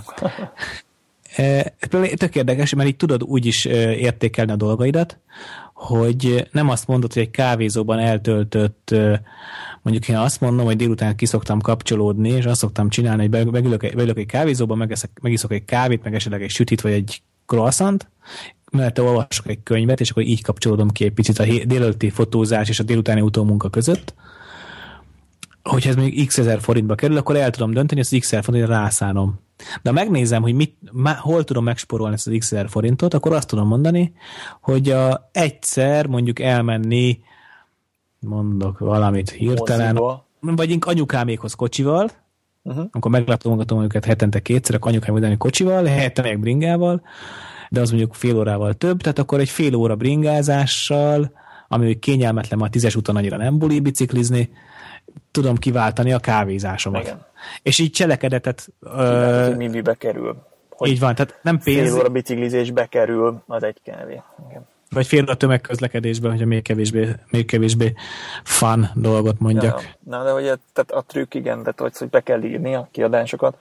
Tök érdekes, mert így tudod úgy is értékelni a dolgaidat, hogy nem azt mondod, hogy egy kávézóban eltöltött, mondjuk én azt mondom, hogy délután ki szoktam kapcsolódni, és azt szoktam csinálni, hogy beülök egy kávézóban, megiszok egy kávét, meg esetleg egy sütit, vagy egy croissant, mert olvasok egy könyvet, és akkor így kapcsolódom ki egy picit a délelőtti fotózás és a délutáni utómunka között. hogyha ez még x ezer forintba kerül, akkor el tudom dönteni, hogy az x ezer forintra rászánom. De ha megnézem, hogy hol tudom megspórolni ezt az x ezer forintot, akkor azt tudom mondani, hogy egyszer mondjuk elmenni, mondok valamit hirtelen, vagy anyukámékhoz kocsival, amikor meglátogatom őket hetente kétszer, akkor anyukám udani kocsival, helyette meg bringával, de az mondjuk fél órával több, tehát akkor egy fél óra bringázással, ami kényelmetlen, a 10-es úton annyira nem buli biciklizni, tudom kiváltani a kávézásomat. Igen. És így cselekedetet... mibe kerül. Hogy így van, tehát nem pénz... Fél óra biciklizésbe kerül az egy kávé. Igen. Vagy fél óra tömegközlekedésben, hogyha még kevésbé fun dolgot mondjak. Ja, na, de ugye tehát a trükk, igen, de hogy be kell írni a kiadásokat,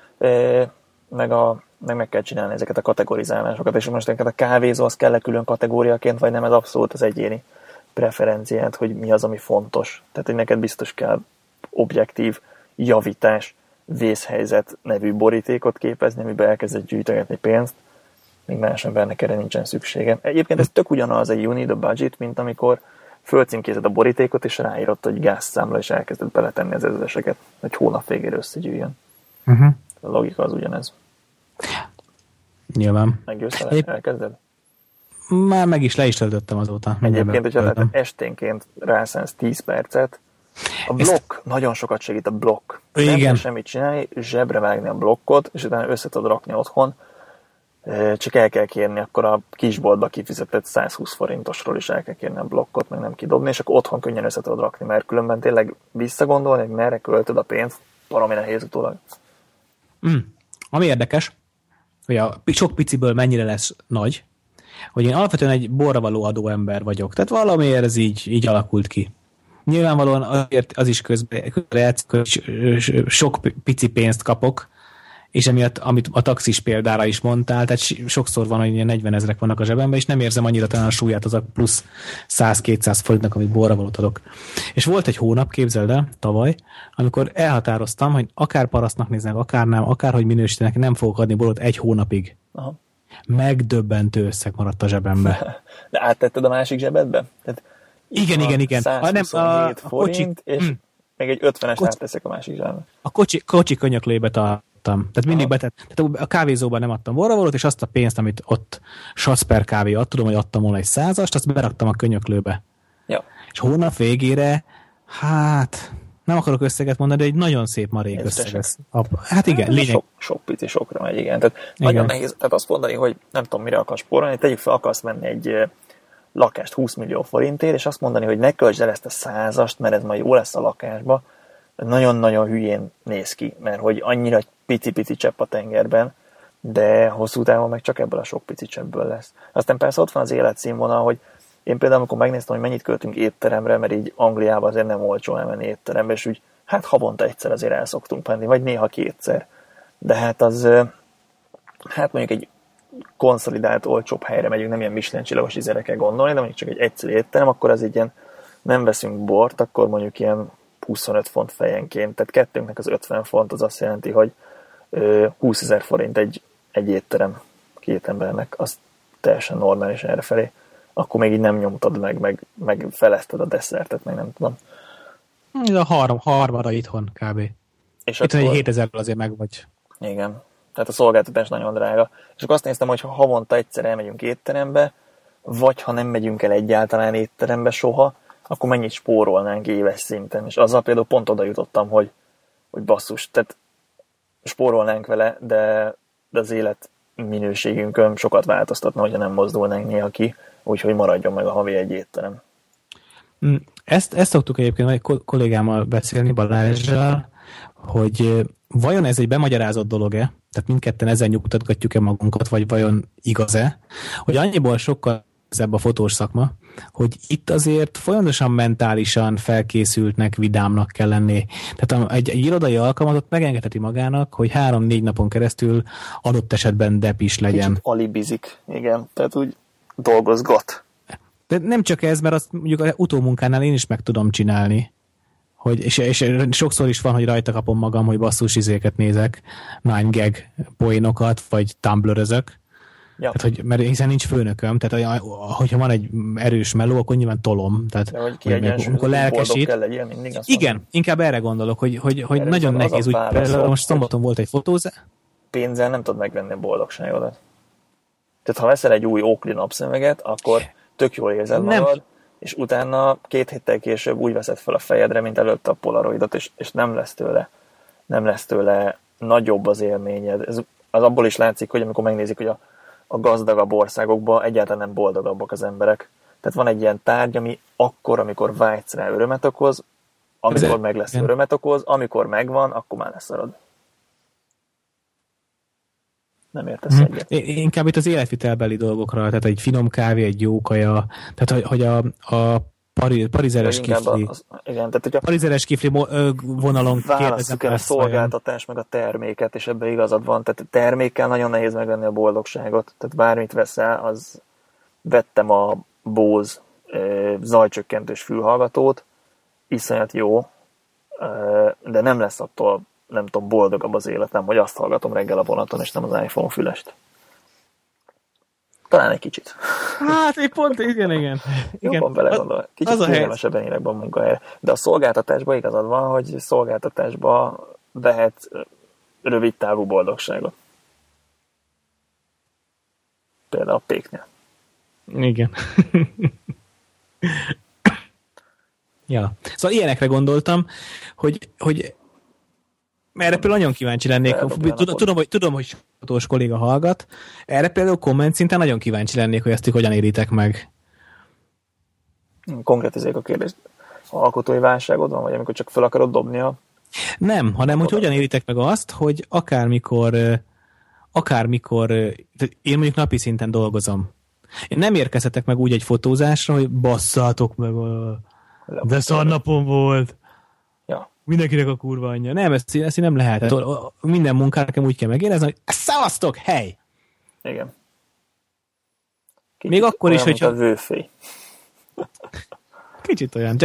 meg kell csinálni ezeket a kategorizálásokat, és most neked a kávézó az kell külön kategóriaként, vagy nem, ez abszolút az egyéni preferenciát, hogy mi az, ami fontos. Tehát, hogy neked biztos kell objektív javítás, vészhelyzet nevű borítékot képezni, amiben elkezded gyűjtögetni pénzt, míg más embernek erre nincsen szüksége. Egyébként ez tök ugyanaz egy you need a budget, mint amikor fölcímkézed a borítékot, és ráírod, hogy gázszámla, és elkezded beletenni az ezreseket, hogy hónap végére összegyűjjön. A logika az ugyanez. Nyilván. Meggyőztel, elkezded? Már meg is le is töltöttem azóta. Egyébként, hogyha esténként rászánsz 10 percet, a blokk, nagyon sokat segít a blokk. Nem kell semmit csinálni, zsebre vágni a blokkot, és utána össze tudod rakni otthon, csak el kell kérni, akkor a kisboltba kifizetett 120 forintosról is el kell kérni a blokkot, meg nem kidobni, és akkor otthon könnyen össze tudod rakni, mert különben tényleg visszagondolni, hogy merre költöd a pénzt, valami nehéz utólag. Ami érdekes, hogy a sok piciből mennyire lesz nagy, hogy én alapvetően egy borra való adó ember vagyok. Tehát valamiért ez így alakult ki. Nyilvánvalóan azért az is közben sok pici pénzt kapok, és emiatt, amit a taxis példára is mondtál, tehát sokszor van, hogy 40 000 vannak a zsebemben, és nem érzem annyira talán a súlyát az a plusz 100-200 forintnak, amit borra valót adok. És volt egy hónap, képzeld el, tavaly, amikor elhatároztam, hogy akár parasztnak néznek, akár nem, akárhogy minősítenek, nem fogok adni borot egy hónapig. Aha. Megdöbbentő összeg maradt a zsebembe. De áttetted a másik zsebedbe? Tehát igen. 127 forint, és még egy 50-es átteszek a másik zsebbe. A kocsi könyöklébe tartottam. Tehát mindig tehát a kávézóban nem adtam borravalót, és azt a pénzt, amit ott satsz per kávé ad, tudom, hogy adtam volna egy 100-ast, azt beraktam a könyöklőbe. Ja. És hónap végére, nem akarok összeget mondani, de egy nagyon szép marék összeg. Hát igen, lényeg. Sok pici sokra megy, igen. Tehát nagyon nehéz, tehát azt mondani, hogy nem tudom, mire akarsz spórolni, tegyük fel, akarsz menni egy lakást 20 millió forintért, és azt mondani, hogy ne költsd el ezt a 100-ast, mert ez majd jó lesz a lakásba, nagyon-nagyon hülyén néz ki, mert hogy annyira pici-pici csepp a tengerben, de hosszú távon meg csak ebből a sok pici cseppből lesz. Aztán persze ott van az életszínvonal, hogy én például, amikor megnéztem, hogy mennyit költünk étteremre, mert így Angliában azért nem olcsó elmenni étterembe, és úgy havonta egyszer azért el szoktunk menni, vagy néha kétszer. De hát az, mondjuk egy konszolidált, olcsóbb helyre megyünk, nem ilyen Michelin csillagos ízére kell gondolni, de mondjuk csak egy egyszerű étterem, akkor az egy ilyen, nem veszünk bort, akkor mondjuk ilyen 25 font fejenként, tehát kettőnknek az 50 font, az azt jelenti, hogy 20 000 forint egy étterem két embernek, az teljesen normális errefelé. Akkor még így nem nyomtad meg felezted a desszertet, meg nem tudom. A harmada itthon kb. És itt akkor... egy 7000 azért meg vagy. Igen. Tehát a szolgáltatás nagyon drága. És akkor azt néztem, hogy ha havonta egyszer elmegyünk étterembe, vagy ha nem megyünk el egyáltalán étterembe soha, akkor mennyit spórolnánk éves szinten. És azzal például pont oda jutottam, hogy basszus, tehát spórolnánk vele, de az élet minőségünkön sokat változtatna, hogyha nem mozdulnánk néha ki, úgyhogy maradjon meg a havi egy étterem. Ezt szoktuk egyébként egy kollégámmal beszélni, Balázsral, hogy vajon ez egy bemagyarázott dolog-e, tehát mindketten ezzel nyugtatgatjuk-e magunkat, vagy vajon igaz-e, hogy annyiból sokkal ezebb a fotós szakma, hogy itt azért folyamatosan mentálisan felkészültnek, vidámnak kell lenni. Tehát egy irodai alkalmazott megengedheti magának, hogy 3-4 napon keresztül adott esetben depis legyen. Kicsit alibizik, igen, tehát úgy dolgozgat. De nem csak ez, mert azt mondjuk az utómunkánál én is meg tudom csinálni. És sokszor is van, hogy rajta kapom magam, hogy basszus izéket nézek, 9gag poénokat, vagy Tumblr-özök, Ja. Tehát, mert hiszen nincs főnököm, tehát hogyha van egy erős meló, akkor nyilván tolom. Tehát, amikor lelkesít. Kell legyen, mindig igen, inkább erre gondolok, hogy nagyon nehéz. Úgy, most szombaton volt egy fotózás. Pénzzel nem tudod megvenni a boldogságodat. Tehát ha veszel egy új Oakley napszöveget, akkor tök jól érzed magad, és utána 2 héttel később úgy veszed fel a fejedre, mint előtt a polaroidot, és nem lesz tőle nagyobb az élményed. Az abból is látszik, hogy amikor megnézik, hogy a gazdagabb országokban egyáltalán nem boldogabbak az emberek. Tehát van egy ilyen tárgy, ami akkor, amikor vágysz rá, örömet okoz, amikor meg lesz örömet okoz, amikor megvan, akkor már leszarod. Nem értesz egyet. Inkább itt az életvitelbeli dolgokra, tehát egy finom kávé, egy jó kaja, tehát hogy a parizeres kifli. Igen, tehát hogy a parizeres kifli vonalon válasszuk el a szolgáltatás meg a terméket, és ebben igazad van. Tehát a termékkel nagyon nehéz megvenni a boldogságot. Tehát bármit veszel, az vettem a Bose zajcsökkentős fülhallgatót, iszonyat jó, de nem lesz attól, nem tudom, boldogabb az életem, hogy azt hallgatom reggel a vonaton, és nem az iPhone fülest. Talán egy kicsit. Hát, egy pont, igen. Jobban belegondol. Kicsit kényelmesebben élek be a munkahelyre. De a szolgáltatásban igazad van, hogy szolgáltatásban vehet rövid távú boldogságot. Például a péknél. Igen. Ja. Szóval ilyenekre gondoltam, hogy erre például nagyon kíváncsi lennék. Tudom, hogy fotós kolléga hallgat. Erre például komment szinten nagyon kíváncsi lennék, hogy ezt hogyan éritek meg. Konkrétizáljuk a kérdést. Alkotói válságod van, vagy amikor csak fel akarod dobni a... Nem, hanem hogy hogyan éritek meg azt, hogy akármikor én mondjuk napi szinten dolgozom. Én nem érkezhetek meg úgy egy fotózásra, hogy basszátok meg de szarnapom volt. Ja. Mindenkinek a kurva anyja. Nem, ezt nem lehet. Minden munkát nekem úgy kell megérezni, hogy szavaztok, hely! Igen. Kicsit még akkor is, hogyha... a vőfély. Kicsit olyan.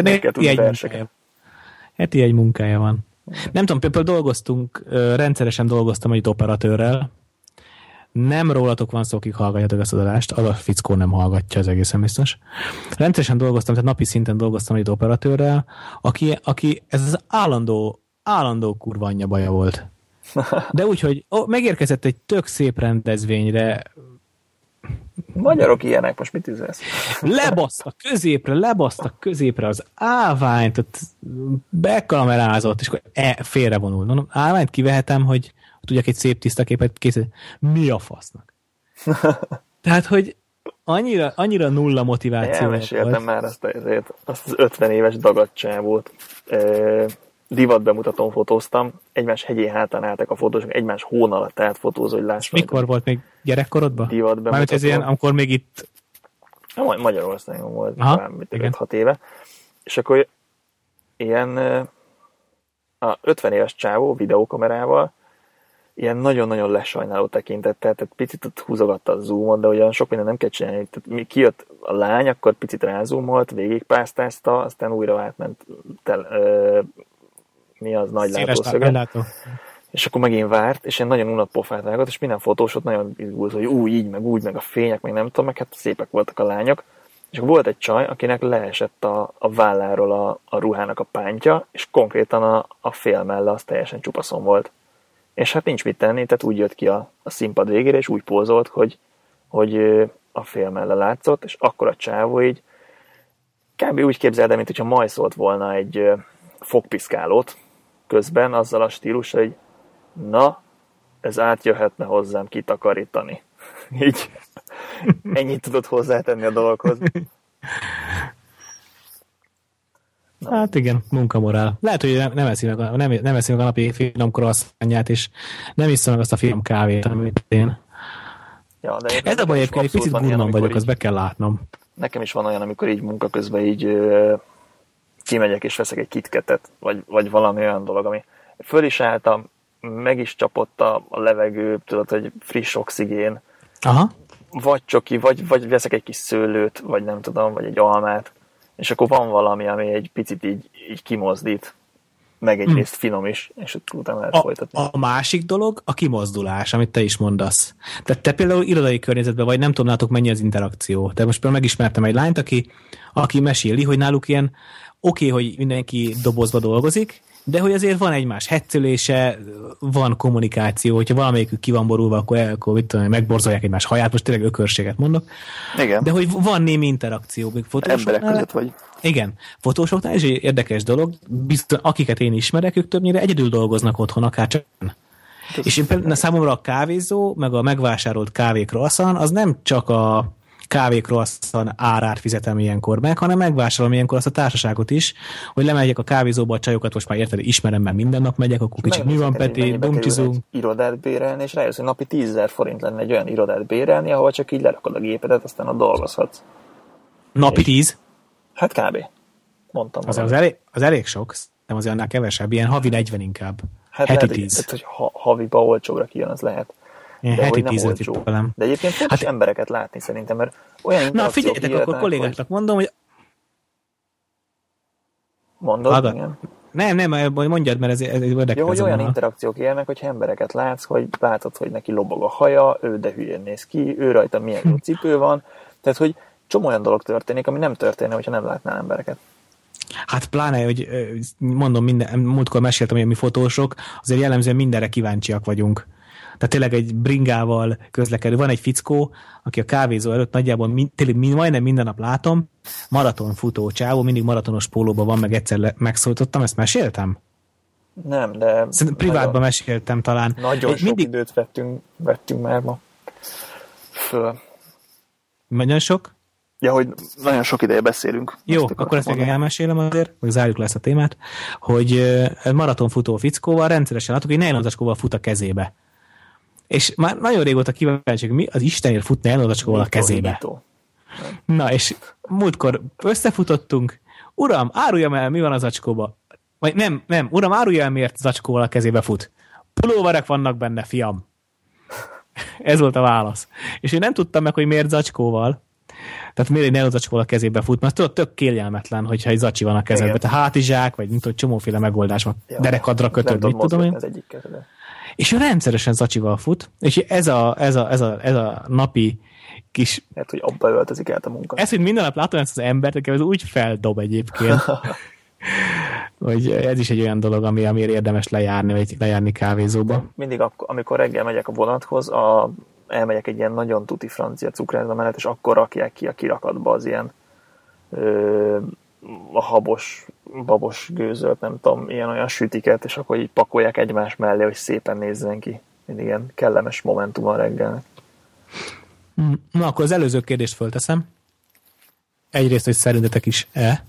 Heti egy munkája van. Nem tudom, például dolgoztunk, rendszeresen dolgoztam egy operatőrrel. Nem rólatok van szó, akik hallgatjátok ezt az adást, az a fickó nem hallgatja, az egészen biztos. Rendszeresen dolgoztam, tehát napi szinten dolgoztam egy operatőrrel, aki ez az állandó kurva anyja baja volt. De úgy, hogy megérkezett egy tök szép rendezvényre. Magyarok ilyenek, most mit üzesz? Lebasztak középre az állványt, ott bekamerázott, és akkor félrevonul. Mondom, állványt kivehetem, hogy tudjak egy szép tiszta képet készíteni. Mi a fasznak? Tehát, hogy annyira nulla motiváció. Elmeséltem már azt az 50 éves dagadcsávót. Divat bemutatón fotóztam, egymás hegyén hátán álltak a fotósok, egymás hón alatt állt fotózó, hogy lássam. Mikor volt még gyerekkorodban? Divat bemutatón. Mármint ez ilyen, amikor még itt... Magyarországon volt, 5 éve. És akkor ilyen a 50 éves csávó videókamerával ilyen nagyon-nagyon lesajnáló tekintettel, tehát picit ott húzogatta a zoomot, de olyan sok minden nem kell csinálni. Tehát kijött a lány, akkor picit rázoomolt, végigpásztázta, aztán újra átment mi az nagy látószöget. És akkor megint várt, és ilyen nagyon unott pofát vágott, és minden fotósot nagyon izgult, hogy így, meg a fények, meg nem tudom, meg hát szépek voltak a lányok. És akkor volt egy csaj, akinek leesett a válláról a ruhának a pántja, és konkrétan a félmelle az teljesen csupaszon volt. És hát nincs mit tenni, tehát úgy jött ki a színpad végére, és úgy pózolt, hogy a félmelle látszott, és akkor a csávó így kb. Úgy képzeld el, mint hogyha majszolt volna egy fogpiszkálót közben, azzal a stílus, hogy na, ez átjöhetne hozzám kitakarítani. Így ennyit tudod hozzátenni a dologhoz. Na. Hát igen, munkamorál. Lehet, hogy nem eszi meg a napi finom croissantját, és nem iszom meg azt a finom kávét, amit én. Ja, de ez a baj, egyébként egy picit gurman vagyok, azt be kell látnom. Nekem is van olyan, amikor így munka közben így kimegyek és veszek egy KitKatet, vagy valami olyan dolog, ami föl is álltam, meg is csapott a levegő, tudod, hogy friss oxigén. Aha. Vagy csoki, vagy veszek egy kis szőlőt, vagy nem tudom, vagy egy almát, és akkor van valami, ami egy picit így kimozdít. meg egyrészt finom is, és utána lehet folytatni. A másik dolog a kimozdulás, amit te is mondasz. Tehát te például irodai környezetben vagy, nem tudom, nálatok mennyi az interakció. Tehát most például megismertem egy lányt, aki meséli, hogy náluk ilyen oké, hogy mindenki dobozba dolgozik, de hogy azért van egymás hetszölése, van kommunikáció, hogyha valamelyikük ki van borulva, akkor mit tudom, megborzolják egymás haját, most tényleg ökörséget mondok. Igen. De hogy van némi interakció. Emberek között vagy. Igen. Fotósoknál is egy érdekes dolog, akiket én ismerek, ők többnyire egyedül dolgoznak otthon, akár csak. És én például számomra a kávézó, meg a megvásárolt kávékrosszan, az nem csak a kávékrosszan árát fizetem ilyenkor meg, hanem megvásárolom ilyenkor azt a társaságot is, hogy lemegyek a kávézóba, a csajokat most már érted, ismerem, mert minden nap megyek, akkor kicsit mi van, Peti, dumcsizunk. Irodát bérelni, és rájössz, hogy napi 10 000 forint lenne egy olyan irodát bérelni, ahol csak így lerakod a gépedet, aztán ott dolgozhatsz. Napi 10? Hát kb. Mondtam. Az elég sok, nem azért annál kevesebb, ilyen havi 40 inkább. Hát heti lehet, 10. Hát, hogy haviba olcsóbbra kijön, az lehet. Én de heti 10-et tippelem. De egyébként fontos embereket látni szerintem, mert olyan interakciók. Na figyeljetek, akkor kollégáknak mondom, hogy... Mondod? Igen. Nem, mondjad, mert ez érdekes. Jó, hogy olyan interakciók élnek, hogyha embereket látsz, hogy látod, hogy neki lobog a haja, ő de hülyén néz ki, ő rajta milyen jó cipő van, tehát, hogy csomó olyan dolog történik, ami nem történne, hogyha nem látnál embereket. Hát pláne, hogy mondom, múltkor meséltem, hogy mi fotósok, azért jellemzően mindenre kíváncsiak vagyunk. Tehát tényleg egy bringával közlekedő. Van egy fickó, aki a kávézó előtt nagyjából majdnem minden nap látom, maratonfutó csávó, mindig maratonos pólóban van, meg egyszer megszólítottam, ezt meséltem? Nem, de... Privátban meséltem talán. Nagyon sok időt vettünk már ma föl. Nagyon sok? Ja, hogy nagyon sok ideje beszélünk. Jó, akkor ezt még elmesélem azért, vagy zárjuk le ezt a témát, hogy maratonfutó fickóval rendszeresen látok, hogy nejlonzacskóval fut a kezébe. És már nagyon régóta kíváncsi, hogy mi az Istenért fut nejlonzacskóval a kezébe. Na, és múltkor összefutottunk, uram, áruljam el, mi van az zacskóba? Vagy nem, uram, árulja el, miért zacskóval a kezébe fut. Pulóverek vannak benne, fiam. Ez volt a válasz. És én nem tudtam meg, hogy miért zacskóval. Tehát miért egy nejlonzacskóval a kezébe fut, mert tudod, tök kényelmetlen, hogyha egy zacsi van a kezedben. Tehát hátizsák, vagy mint hogy csomóféle megoldás van. Ja, derekadra kötöd, mit tudom én. És ő rendszeresen zacsival fut, és ez a napi kis... Hát, hogy abba öltözik át a munkát. Ez, hogy minden nap látom ezt az embert, ez úgy feldob egyébként. Hogy ez is egy olyan dolog, amiért érdemes lejárni, vagy lejárni kávézóba. Mindig amikor reggel megyek a vonathoz, elmegyek egy ilyen nagyon tuti francia cukrászda mellett, és akkor rakják ki a kirakatba az ilyen a babos gőzölt, nem tudom, ilyen-olyan sütiket, és akkor így pakolják egymás mellé, hogy szépen nézzen ki. Mindig ilyen kellemes momentum a reggelnek. Na, akkor az előző kérdést fölteszem. Egyrészt, hogy szerintetek is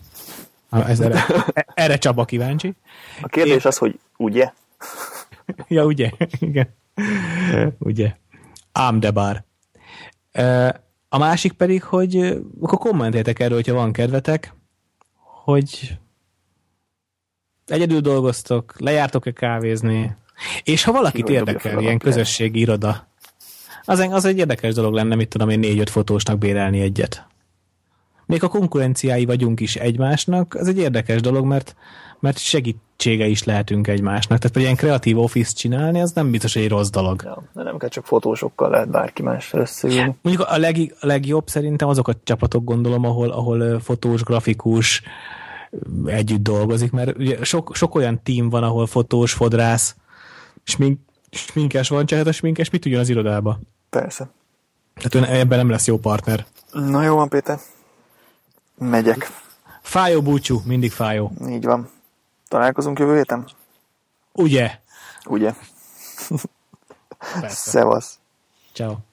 erre Csaba kíváncsi. A kérdés az, hogy ugye? Ja, ugye? Igen. Ugye. Ám de bár. A másik pedig, hogy akkor kommenteljetek erről, hogyha van kedvetek, hogy egyedül dolgoztok, lejártok-e kávézni, és ha valakit érdekel, ilyen közösségi iroda, az egy érdekes dolog lenne, mit tudom én 4-5 fotósnak bérelni egyet. Még a konkurenciái vagyunk is egymásnak, ez egy érdekes dolog, mert segítsége is lehetünk egymásnak. Tehát egy ilyen kreatív office csinálni, az nem biztos, hogy egy rossz dolog. Ja, de nem kell csak fotósokkal, lehet bárki mással összeülni. Mondjuk a legjobb szerintem azok a csapatok, gondolom, ahol fotós, grafikus együtt dolgozik, mert ugye sok olyan tím van, ahol fotós, fodrász, sminkes van, csak a sminkes mit tudjon az irodába? Persze. Tehát ebben nem lesz jó partner. Na jó van, Péter. Megyek. Fájó búcsú, mindig fájó. Így van. Találkozunk jövő héten? Ugye? Ugye. Szevasz. Ciao.